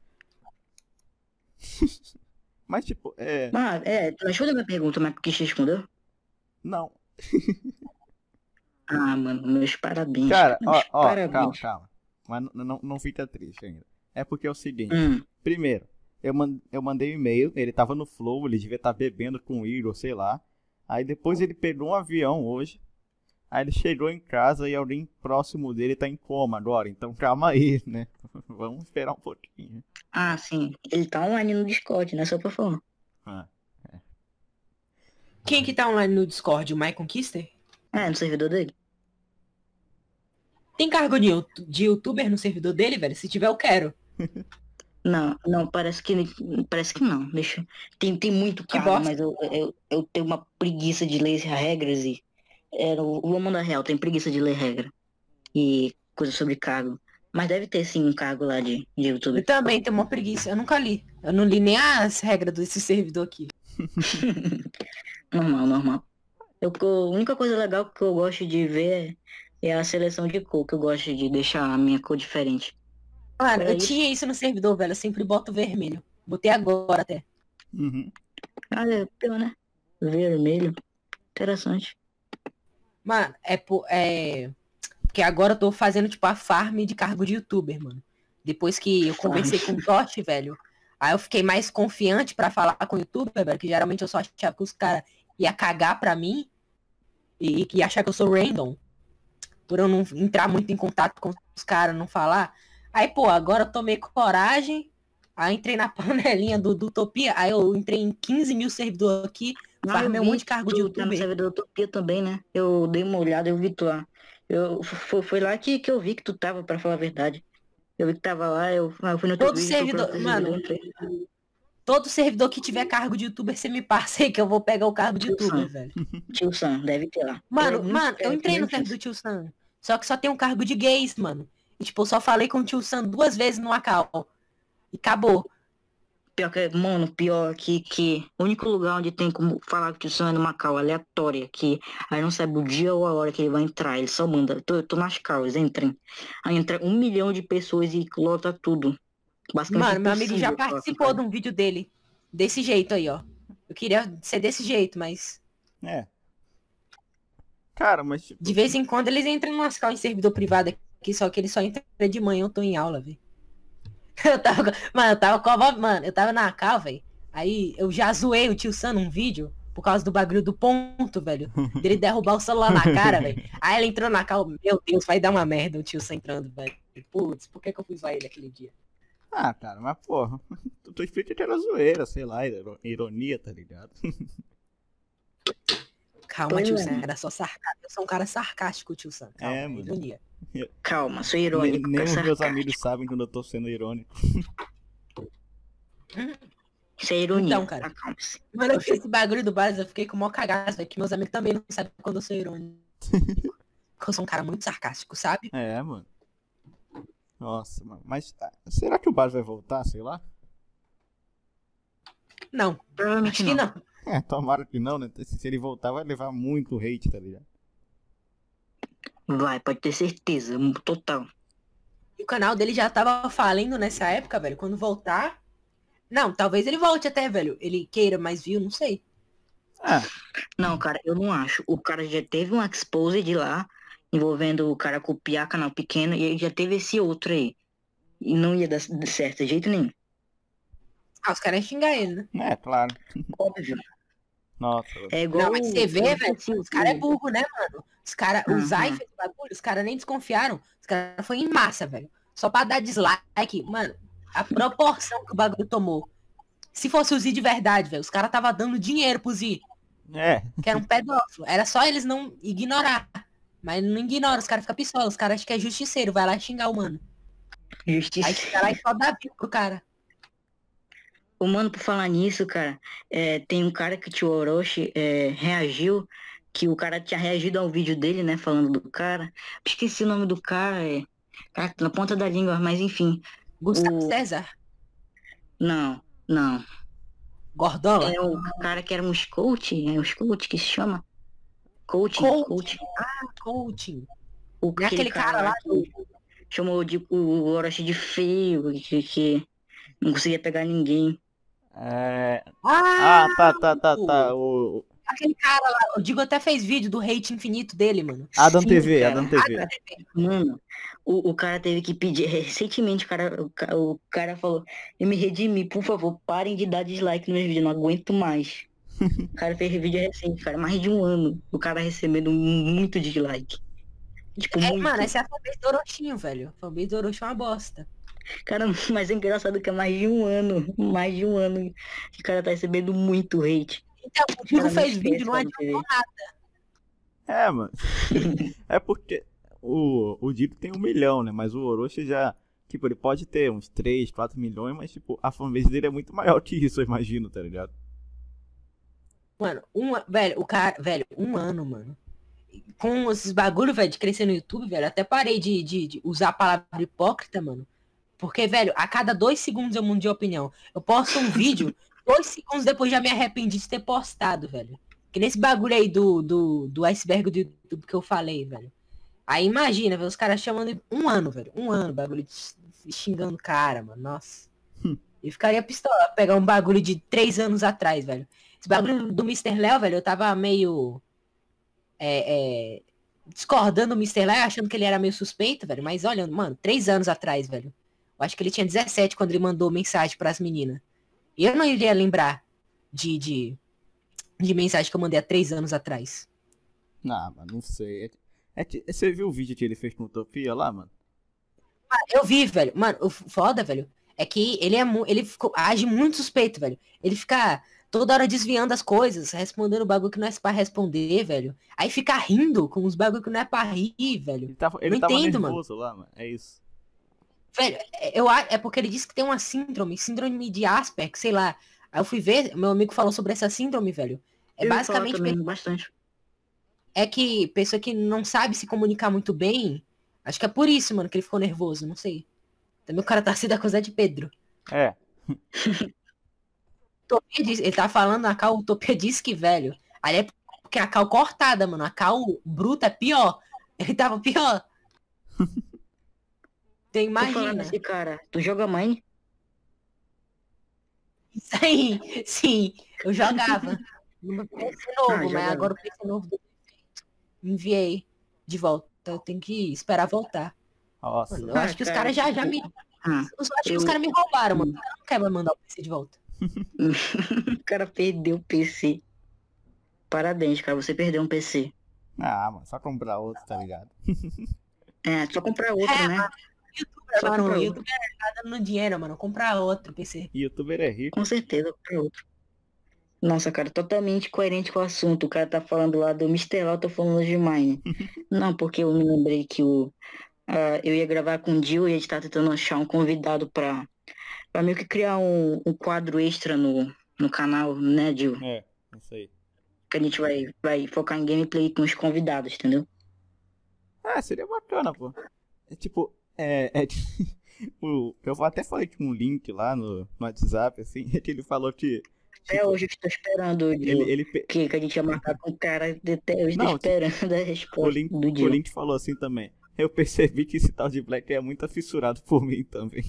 Mas tipo, Mas, deixa eu fazer uma pergunta, mas por que você respondeu? não. Ah, mano, meus parabéns. Cara, Meus calma, parabéns. calma. Mas não fica triste ainda. É porque é o seguinte. Hum, Primeiro, eu mandei um e-mail, ele tava no Flow, ele devia estar bebendo com o Igor, sei lá. Aí depois ele pegou um avião hoje. Aí ele chegou em casa e alguém próximo dele tá em coma agora. Então calma aí, né? Vamos esperar um pouquinho. ah, sim. Ele tá online no Discord, né? Só pra falar. Ah, Quem que tá online no Discord? O My Conquister? É, no servidor dele. Tem cargo de youtuber no servidor dele, velho? Se tiver, eu quero. Não, não, parece que não. Deixa. Tem muito Que cargo, bosta. mas eu tenho uma preguiça de ler as regras e. Vou mandar real, tem preguiça de ler regra e coisa sobre cargo. Mas deve ter sim um cargo lá de Eu youtuber. também tenho uma preguiça. Eu nunca li. Eu não li nem as regras desse servidor aqui. Normal, normal. A única coisa legal que eu gosto de ver é a seleção de cor, que eu gosto de deixar a minha cor diferente. Mano, Fora eu isso, tinha isso no servidor, velho. Eu sempre boto vermelho. Botei agora até. uhum. é pior, né? Vermelho. Interessante. Mano, porque agora eu tô fazendo, tipo, a farm de cargo de youtuber, mano. Depois que eu conversei com o Totti, velho. Aí eu fiquei mais confiante pra falar com o youtuber, velho. Que geralmente eu só achava que os caras iam cagar pra mim. E que ia achar que eu sou random. Por eu não entrar muito em contato com os caras, não falar. Aí, pô, agora eu tomei coragem. Aí entrei na panelinha do Utopia. Aí eu entrei em 15 mil servidores aqui. Não, eu Farmei um vi monte de que cargo de tu tá no youtuber. servidor da Utopia também, né? Eu dei uma olhada, eu vi tu lá. Foi lá que eu vi que tu tava, pra falar a verdade. Eu vi que tava lá, eu fui no teu Todo vídeo procurando servidor, teu servidor, mano, entrei. todo servidor que tiver cargo de youtuber, você me passa aí que eu vou pegar o cargo de Tio youtuber, Sam, velho. Tio Sam, deve ter lá. Mano, eu entrei no Provavelmente servidor isso. do Tio Sam. Só que só tem um cargo de gays, mano. E, tipo, eu só falei com o Tio Sam 2 vezes no Macau. E acabou. Pior que o único lugar onde tem como falar com o Tio Sam é no Macau, aleatória, que aí não sabe o dia ou a hora que ele vai entrar, ele só manda, tô nas calls, entrem. Aí entra 1 milhão de pessoas e lota tudo. Basicamente Mano, meu amigo já impossível falar com o participou cara. de um vídeo dele. Desse jeito aí, ó. Eu queria ser desse jeito, mas... É. Cara, mas tipo. De vez em quando eles entram no Ascal em servidor privado aqui, só que ele só entra de manhã, eu tô em aula, velho. Eu tava na cal, velho. Aí eu já zoei o Tio Sam num vídeo por causa do bagulho do ponto, velho. Dele derrubar o celular na cara, velho. Aí ele entrou na cal, meu Deus, vai dar uma merda o Tio Sam entrando, velho. Putz, por que eu fui zoar ele aquele dia? Ah, cara, mas porra. Tu explica que era zoeira, sei lá, ironia, tá ligado? Calma, Pois Tio é. Sam, era só sarcástico. Eu sou um cara sarcástico, Tio Sam. Calma, É, mano. ironia. Calma, sou Nem, irônico, nem é os meus sarcástico. amigos sabem quando eu tô sendo irônico. Isso é ironia, Então, cara. acalme-se. Mano, eu fiz esse bagulho do Bares, eu fiquei com o maior cagaço, velho, que meus amigos também não sabem quando eu sou irônico. Porque eu sou um cara muito sarcástico, sabe? É, mano. Nossa, mano. Mas será que o Bas vai voltar, sei lá? Não, Provavelmente acho que não. É, tomara que não, né? Se ele voltar, vai levar muito hate, tá ligado? Vai, pode ter certeza, total. E o canal dele já tava falando nessa época, velho. Quando voltar. Não, talvez ele volte até, velho. Ele queira mais view, não sei. Ah, Não, cara, eu não acho. O cara já teve um exposed lá, envolvendo o cara copiar canal pequeno, e já teve esse outro aí. E não ia dar certo de jeito nenhum. Ah, os caras iam xingar ele, né? é, claro. Óbvio. Nossa. É igual. Não, mas você vê, eu velho, esqueci os caras é burro, né, mano? Os caras, o Zay Uhum. fez o bagulho, os caras nem desconfiaram. Os caras foi em massa, velho. Só pra dar dislike, mano. A proporção que o bagulho tomou. Se fosse o Z de verdade, velho, os caras tava dando dinheiro pro Z, É, que era um pedófilo. Era só eles não ignorar. Mas não ignora, os caras ficam pistola. Os caras acham que é justiceiro, vai lá xingar o mano. Aí Justiça. chega lá e só dá view pro cara. Ô, mano, por falar nisso, cara, tem um cara que o tio Orochi reagiu, que o cara tinha reagido ao vídeo dele, né, falando do cara. Esqueci o nome do cara, cara, na ponta da língua, mas enfim. Gustavo O... César, Não. Gordola. É o cara que era um scout, é o scout que se chama? Coaching, Coach. coaching. Coaching. Não É aquele cara lá que chamou o Orochi de feio, que não conseguia pegar ninguém. é... Ah, tá. Aquele cara lá, o Digo até fez vídeo do hate infinito dele, mano. Adam Sim, TV, cara. Adam TV. Mano, o cara teve que pedir, recentemente o cara falou, eu me redimi, por favor, parem de dar dislike nos meus vídeos, não aguento mais. O cara fez vídeo recente, cara, mais de um ano, o cara recebendo muito dislike. Tipo, muito. Mano, essa é a fanbase do Orochinho, velho. A fanbase do Orochi é uma bosta. Cara, mas é engraçado que é mais de um ano que o cara tá recebendo muito hate. Então, o Digo Cara, não fez esquece, vídeo, não cara, adiantou nada. É, mano. É porque o Dito tem 1 milhão, né? Mas o Orochi já. Tipo, ele pode ter uns 3, 4 milhões, mas, tipo, a fanbase dele é muito maior que isso, eu imagino, tá ligado? Mano, velho, um ano, mano. Com esses bagulho, velho, de crescer no YouTube, velho, até parei de usar a palavra hipócrita, mano. Porque, velho, a cada 2 segundos eu mudo de opinião. Eu posto um vídeo, 2 segundos depois já me arrependi de ter postado, velho. Que nesse bagulho aí do iceberg do YouTube que eu falei, velho. Aí imagina, velho, os caras chamando um ano, velho. Um ano, bagulho xingando o cara, mano. Nossa. Eu ficaria pistola pegar um bagulho de 3 anos atrás, velho. Esse bagulho do Mr. Léo, velho, eu tava meio... discordando do Mr. Léo, achando que ele era meio suspeito, velho. Mas olha, mano, 3 anos atrás, velho. Eu acho que ele tinha 17 quando ele mandou mensagem pras meninas. E eu não iria lembrar de mensagem que eu mandei há 3 anos atrás. Ah, mano, não sei. Você viu o vídeo que ele fez com Utopia lá, mano? Eu vi, velho. Mano, o foda, velho, é que ele age muito suspeito, velho. Ele fica toda hora desviando as coisas, respondendo bagulho que não é pra responder, velho. Aí fica rindo com os bagulho que não é pra rir, velho. Ele não tava entendo, nervoso lá, mano. É isso. Velho, é porque ele disse que tem uma síndrome de Asperger, sei lá. Aí eu fui ver, meu amigo falou sobre essa síndrome, velho. É Eu ia falar basicamente também, bastante. é que pessoa que não sabe se comunicar muito bem, acho que é por isso, mano, que ele ficou nervoso, não sei. Também o cara tá sendo acusado de Pedro. É. Ele tá falando na cal, o Utopia disse que, velho, aí é porque a cal cortada, mano, a cal bruta é pior. Ele tava pior. Então Tô falando imagina. assim, cara, tu joga Mine? Isso aí, sim, eu jogava. No meu PC novo, mas jogava. agora o PC novo do enviei de volta. Eu tenho que esperar voltar. Nossa. Mano, eu acho que os caras já me. Ah, Eu acho que os caras me roubaram, mano. O cara não quer mais mandar o PC de volta. o cara perdeu o PC. Parabéns, cara, você perdeu um PC. Ah, mano, só comprar outro, tá ligado? É, só comprar outro, né? YouTuber, Só mano, comprar o outro. YouTuber tá dando dinheiro, mano. Comprar outro PC. YouTuber é rico. Com certeza, comprar outro. Nossa, cara, totalmente coerente com o assunto. O cara tá falando lá do Mr. Law, eu tô falando de Mine. Não, porque eu me lembrei que eu ia gravar com o Dil e a gente tá tentando achar um convidado pra meio que criar um quadro extra no canal, né, Dil? É, isso aí. Que a gente vai focar em gameplay com os convidados, entendeu? Ah, seria bacana, pô. É tipo, eu até falei com um link lá no WhatsApp, assim, que ele falou que... Até hoje eu estou esperando, Dil, que a gente ia marcar com o cara, até hoje Não, tô esperando a resposta do o Dil. link falou assim também. Eu percebi que esse tal de Black é muito fissurado por mim também.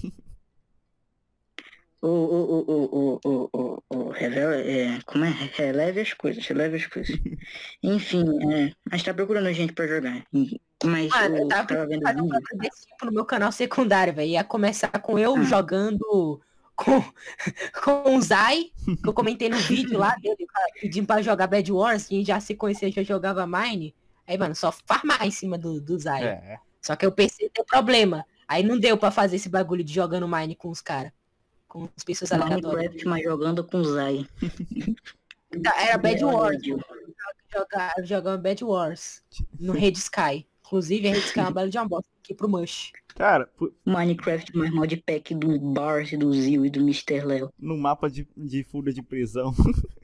Como é? Releve as coisas. Enfim, a gente tá procurando gente pra jogar. Mas Mano, eu tava tava vendo fazer um vídeo. bagulho desse tipo no meu canal secundário, velho. Ia começar com eu jogando com o Zai, que eu comentei no vídeo lá dele, pedindo pra jogar Bad Wars, que a gente já se conhecia, já jogava Mine. Aí, mano, só farmar em cima do Zai. É. Só que o PC deu problema. Aí não deu pra fazer esse bagulho de jogando Mine com os caras. Com as pessoas aleatórias. Minecraft, mas jogando com Zai. Era Bad Wars. Dil. Jogando Bad Wars. No Red Sky. Inclusive, a Red Sky é uma bela de uma bosta aqui pro Mush. Cara, Minecraft mais modpack do Bars, do Zil e do Mr. Léo. no mapa de fuga de prisão.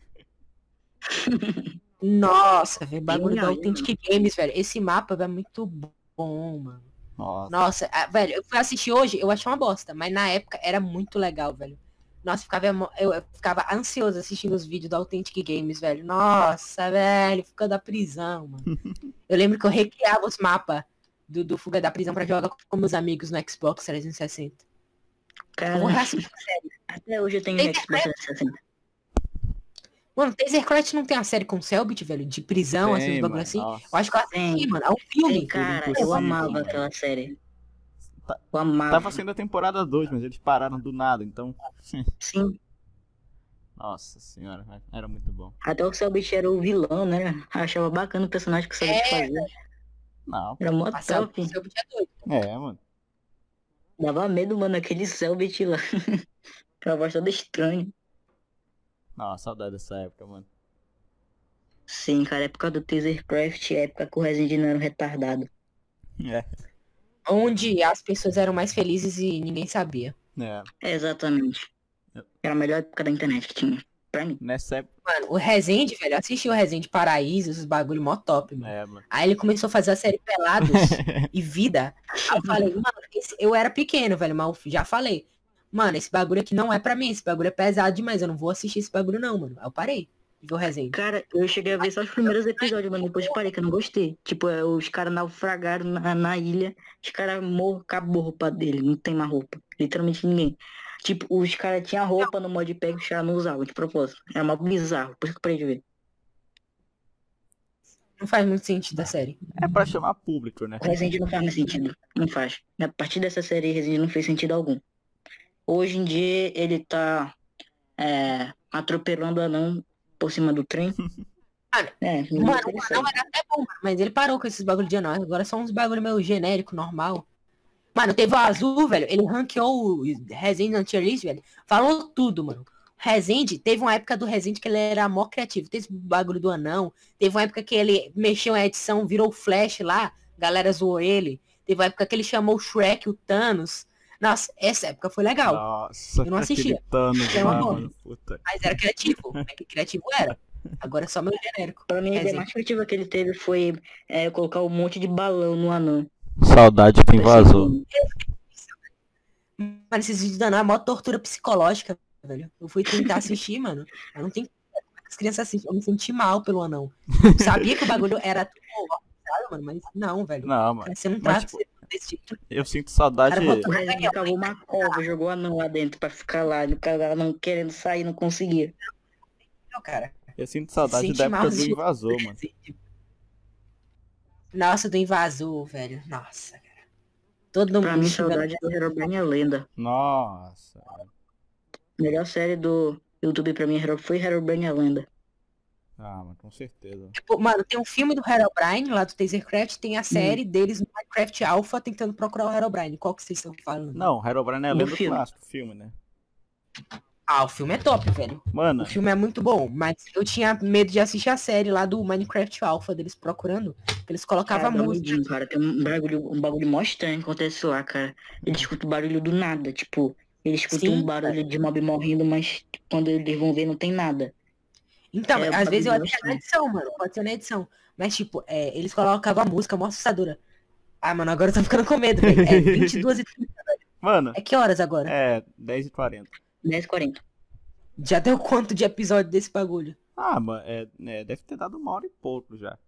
Nossa, velho, bagulho da Genial, Authentic Games, velho. Esse mapa é muito bom, mano. Nossa. Nossa, velho, eu fui assistir hoje, eu achei uma bosta, mas na época era muito legal, velho. Nossa, eu ficava ansioso assistindo os vídeos da Authentic Games, velho. Nossa, velho, Fuga da Prisão, mano. Eu lembro que eu recriava os mapas do Fuga da Prisão pra jogar com meus amigos no Xbox 360. Cara, Porra, assim, até hoje eu tenho Tem Xbox 360. Mano, Tasercraft não tem a série com o Cellbit, velho? De prisão, assim, uns Tem, bagulho mano. assim. Nossa. Eu acho que eu assisti, Tem. mano. É um Ei, filme. cara, eu Impossível, amava mano. aquela série. Tá- Eu amava. Tava sendo a temporada 2, mas eles pararam do nada, então. Sim. Nossa senhora, era muito bom. Até o Cellbit era o vilão, né? Eu achava bacana o personagem que o Cellbit fazia. Não, Era mó A Cell- top. o Cellbit é doido. mano. Dava medo, mano, aquele Cellbit lá. Aquela voz toda estranha. Nossa, saudade dessa época, mano. Sim, cara, época do Tasercraft, época que o Resident não era um retardado. É, Onde as pessoas eram mais felizes e ninguém sabia. é. Exatamente. Era a melhor época da internet que tinha. Pra mim. Nessa época, Mano, o Resende, velho, eu assisti o Resende Paraíso, esses bagulho mó top, mano. mano. Aí ele começou a fazer a série Pelados e Vida. Aí eu falei, mano, eu era pequeno, velho, mas eu já falei. Mano, esse bagulho aqui não é pra mim, esse bagulho é pesado demais, eu não vou assistir esse bagulho não, mano. Aí eu parei de ver o Resende. Cara, eu cheguei a ver só os primeiros episódios, mano. Depois eu parei, que eu não gostei. Tipo, os caras naufragaram na ilha. Os caras acabou a roupa dele. Não tem mais roupa. Literalmente ninguém. Tipo, os caras tinham roupa no modpack, os caras não usavam, de propósito. Era mal bizarro. Por isso que eu parei de ver. Não faz muito sentido a série. É pra chamar público, né? O Resident não faz mais sentido. Não faz. A partir dessa série, Resident não fez sentido algum. Hoje em dia, ele tá atropelando anão por cima do trem. Mano, o anão era até bom, mano, mas ele parou com esses bagulho de anão. Agora são uns bagulho meio genérico, normal. Mano, teve o Azul, velho. Ele ranqueou o Resende na tier list, velho. Falou tudo, mano. Resende, teve uma época do Resende que ele era mó criativo. Teve esse bagulho do anão. Teve uma época que ele mexeu na edição, virou o Flash lá. Galera zoou ele. Teve uma época que ele chamou o Shrek, o Thanos. Nossa, essa época foi legal. Nossa, Eu não assistia. aquele Thanos Era uma lá, boa. mano. Puta. Mas era criativo. Que criativo era. Agora é só meu genérico. Pra mim, a ideia Resende. mais criativa que ele teve foi colocar um monte de balão no anão. Saudade que invasou. Mano, esses vídeos da Ana é mó tortura psicológica, velho. Eu fui tentar assistir, mano. Eu não tenho. As crianças assistem, eu me senti mal pelo anão. Eu sabia que o bagulho era tudo organizado, mano, mas não, velho. Não, mano. Cara, você não Mas, trata tipo, desse jeito. eu sinto saudade. Cara, botou- O Resident cavou uma cova, jogou o anão lá dentro pra ficar lá. E o cara não querendo sair, não conseguia. Não, cara. Eu sinto saudade Sente da época mal do de- invasor, mano. Nossa, do invasor, velho. Nossa, cara. Todo mundo Pra mim, xingando. saudade do Herobrine é lenda. Nossa. A melhor série do YouTube pra mim foi Herobrine é lenda. Ah, mas com certeza. Tipo, mano, tem um filme do Herobrine lá do Tasercraft, tem a série deles no Minecraft Alpha tentando procurar o Herobrine. Qual que vocês estão falando? Não, Herobrine é a No lenda filme. clássico, filme, né? Ah, o filme é top, velho. Mano, O filme é muito bom, mas eu tinha medo de assistir a série lá do Minecraft Alpha deles procurando, que eles colocavam Cara, dá música. medinho, cara. Tem um bagulho mó estranho que acontece lá, cara. Ele escuta o barulho do nada, tipo, ele escuta Sim, um barulho de mob morrendo, mas quando eles vão ver não tem nada. Então, É, às vezes eu bagulho acho que é na estranho. edição, mano. Pode ser na edição. Mas, tipo, eles colocavam a música mó assustadora. Ah, mano, agora eu tô ficando com medo, velho. É 22h30. mano, É que horas agora? é 10h40. 10h40. Já deu quanto de episódio desse bagulho? Ah, mano, deve ter dado 1 hora e pouco já.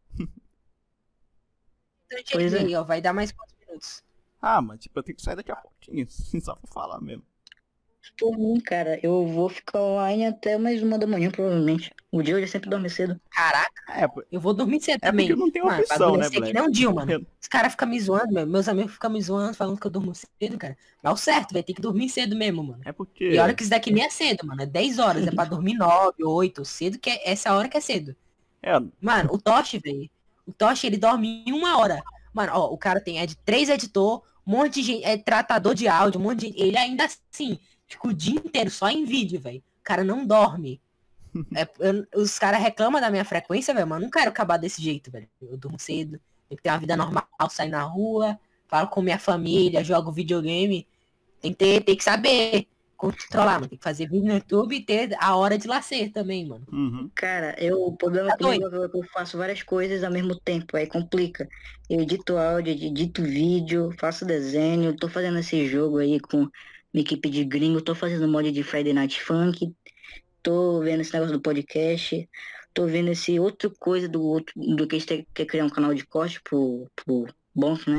Então, eu Pois é. cheguei, ó. Vai dar mais 4 minutos. Ah, mano, tipo, eu tenho que sair daqui a pouquinho, só pra falar mesmo. Por mim, cara, eu vou ficar online até mais 1 da manhã, provavelmente. O dia hoje sempre dorme cedo. Caraca, É, eu vou dormir cedo é também. porque eu não tenho Mano, opção, bagulho né, é ser que moleque? nem um dia, mano. Eu- Os caras ficam me zoando, meus amigos ficam me zoando, falando que eu durmo cedo, cara. Mas é o certo, vai ter que dormir cedo mesmo, mano. É porque. E olha que isso daqui nem é cedo, mano. É 10 horas, é pra dormir 9, 8, cedo, que é essa hora que é cedo. É, Mano, o Toshi, velho. O Toshi, ele dorme em 1 hora. Mano, ó, o cara tem 3 editor, um monte de gente, tratador de áudio, um monte de gente. Ele ainda assim, fica o dia inteiro só em vídeo, velho. O cara não dorme. Os caras reclamam da minha frequência, velho, mas eu não quero acabar desse jeito, velho. Eu durmo cedo, tenho que ter uma vida normal, sair na rua, falo com minha família, jogo videogame. Tem que saber controlar, mano. Tem que fazer vídeo no YouTube e ter a hora de lazer também, mano. uhum. Cara, o problema Tá comigo é que eu faço várias coisas ao mesmo tempo, aí complica. Eu edito áudio, edito vídeo, faço desenho, tô fazendo esse jogo aí com minha equipe de gringo, tô fazendo mod de Friday Night Funk, tô vendo esse negócio do podcast, tô vendo esse outro coisa do que a gente quer criar um canal de corte pro Bonf, né?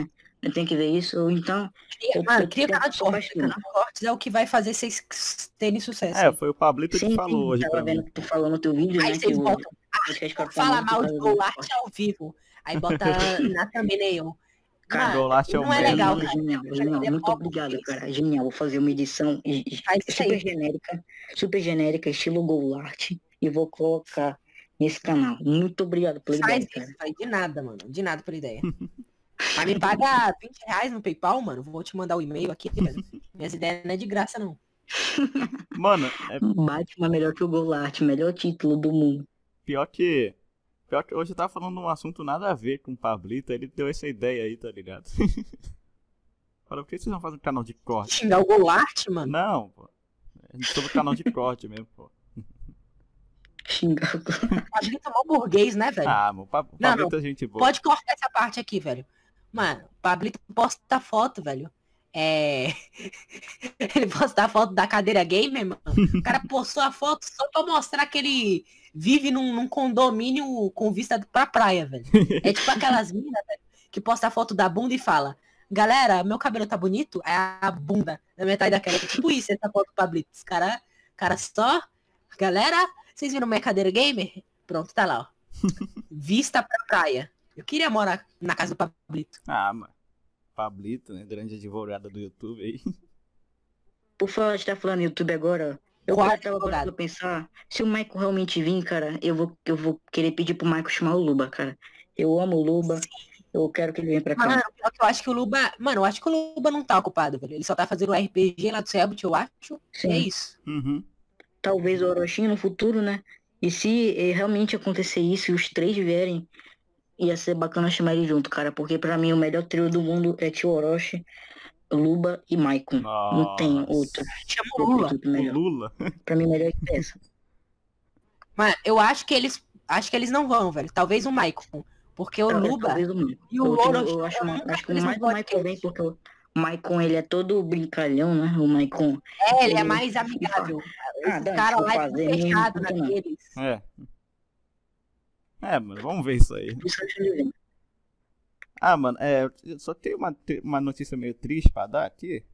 Tem que ver isso. Ou então, Mano, cria canal de só cortes. faz tudo. Canal de cortes é o que vai fazer vocês terem sucesso. É, foi o Pablito que Sim, falou hoje tava pra vendo mim. que tu falou no teu vídeo, Aí né? Que vocês o botam, podcast corta fala muito mal por de causa do Golart corte. ao vivo. Aí bota na thumbnail. Cara, Golart é um não é merda. legal, cara. Genial, genial. Ele é Muito pobre, obrigado, isso. cara. Genial. Vou fazer uma edição Faz isso aí. super genérica, estilo Golart. E vou colocar nesse canal. Muito obrigado pela Faz ideia, cara. isso, vai. De nada, mano. De nada pela ideia. Mas me paga R$20 no PayPal, mano. Vou te mandar o e-mail aqui, velho. Minhas ideias não é de graça, não. Mano, é Batman melhor que o Golart, melhor título do mundo. pior que hoje eu tava falando um assunto nada a ver com o Pablito, ele deu essa ideia aí, tá ligado? Fala, por que vocês não fazem um canal de corte? Xingar o Golart, mano. Não, pô. É sobre o canal de corte mesmo, pô. Xingar o Golart. Pablito é mó burguês, né, velho? Ah, mano, o Pablito é gente boa. Pode cortar essa parte aqui, velho. Mano, o Pablito posta foto, velho. Ele posta a foto da cadeira gamer, mano. O cara postou a foto só pra mostrar que ele vive num condomínio com vista pra praia, velho. É tipo aquelas minas, velho, que posta a foto da bunda e fala: galera, meu cabelo tá bonito? É a bunda na metade daquela. Tipo isso, essa foto do Pablito. Os cara só. Galera, vocês viram minha cadeira gamer? Pronto, tá lá, ó. Vista pra praia. Eu queria morar na casa do Pablito. Ah, mano. Pablito, né? Grande advogado do YouTube aí. Por falar de estar falando no YouTube agora, eu Qual tava advogado? parando pra pensar, se o Michael realmente vir, cara, eu vou querer pedir pro Michael chamar o Luba, cara. Eu amo o Luba, eu quero que ele venha pra cá. Mano, pior que eu acho que o Luba. Mano, eu acho que o Luba não tá ocupado, velho. Ele só tá fazendo o RPG lá do Cebut, eu acho. Sim. E é isso. Uhum. Talvez o Orochinho no futuro, né? E se realmente acontecer isso e os três vierem, ia ser bacana chamar ele junto, cara. Porque pra mim o melhor trio do mundo é Tio Orochi, Luba e Maicon. Não tem Nossa. outro. Chama o Lula. Outro O melhor. Lula. Pra mim melhor que essa. Mano, eu acho que eles. Acho que eles não vão, velho. Talvez o Maicon. Porque o Luba Talvez o Maicon. e o Eu Orochi. acho que mais o Michael vem porque o Maicon ele é todo brincalhão, né? O Maicon. Ele é mais amigável. Ah, Esse dá, cara se for lá é fazer, tudo fechado não funciona. naqueles. É. É, mano, vamos ver isso aí. Por isso que ele vem. Ah, mano, eu só tenho uma notícia meio triste pra dar aqui.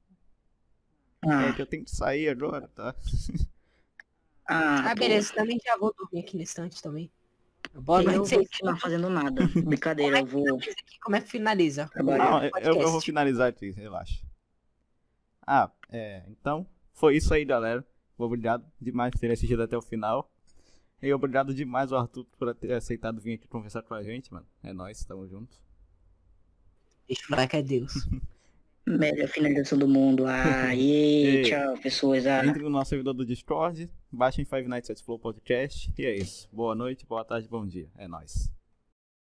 É Ah, que eu tenho que sair agora, tá? Ah, pô, beleza. Também já vou dormir aqui na estante também. Boa eu noite, não vou vocês. continuar fazendo nada. Brincadeira, eu vou Como é que finaliza? trabalhar. Não, o eu vou finalizar aqui, relaxa. Ah, então, foi isso aí, galera. Obrigado demais por ter assistido até o final. E obrigado demais, o Arthur, por ter aceitado vir aqui conversar com a gente, mano. É nóis, tamo junto. Deixa eu falar que é Deus. Melhor finalização do mundo. Ei. Tchau, pessoas. Entre no nosso servidor do Discord, baixem Five Nights at Flow Podcast. E é isso. Boa noite, boa tarde, bom dia. É nóis.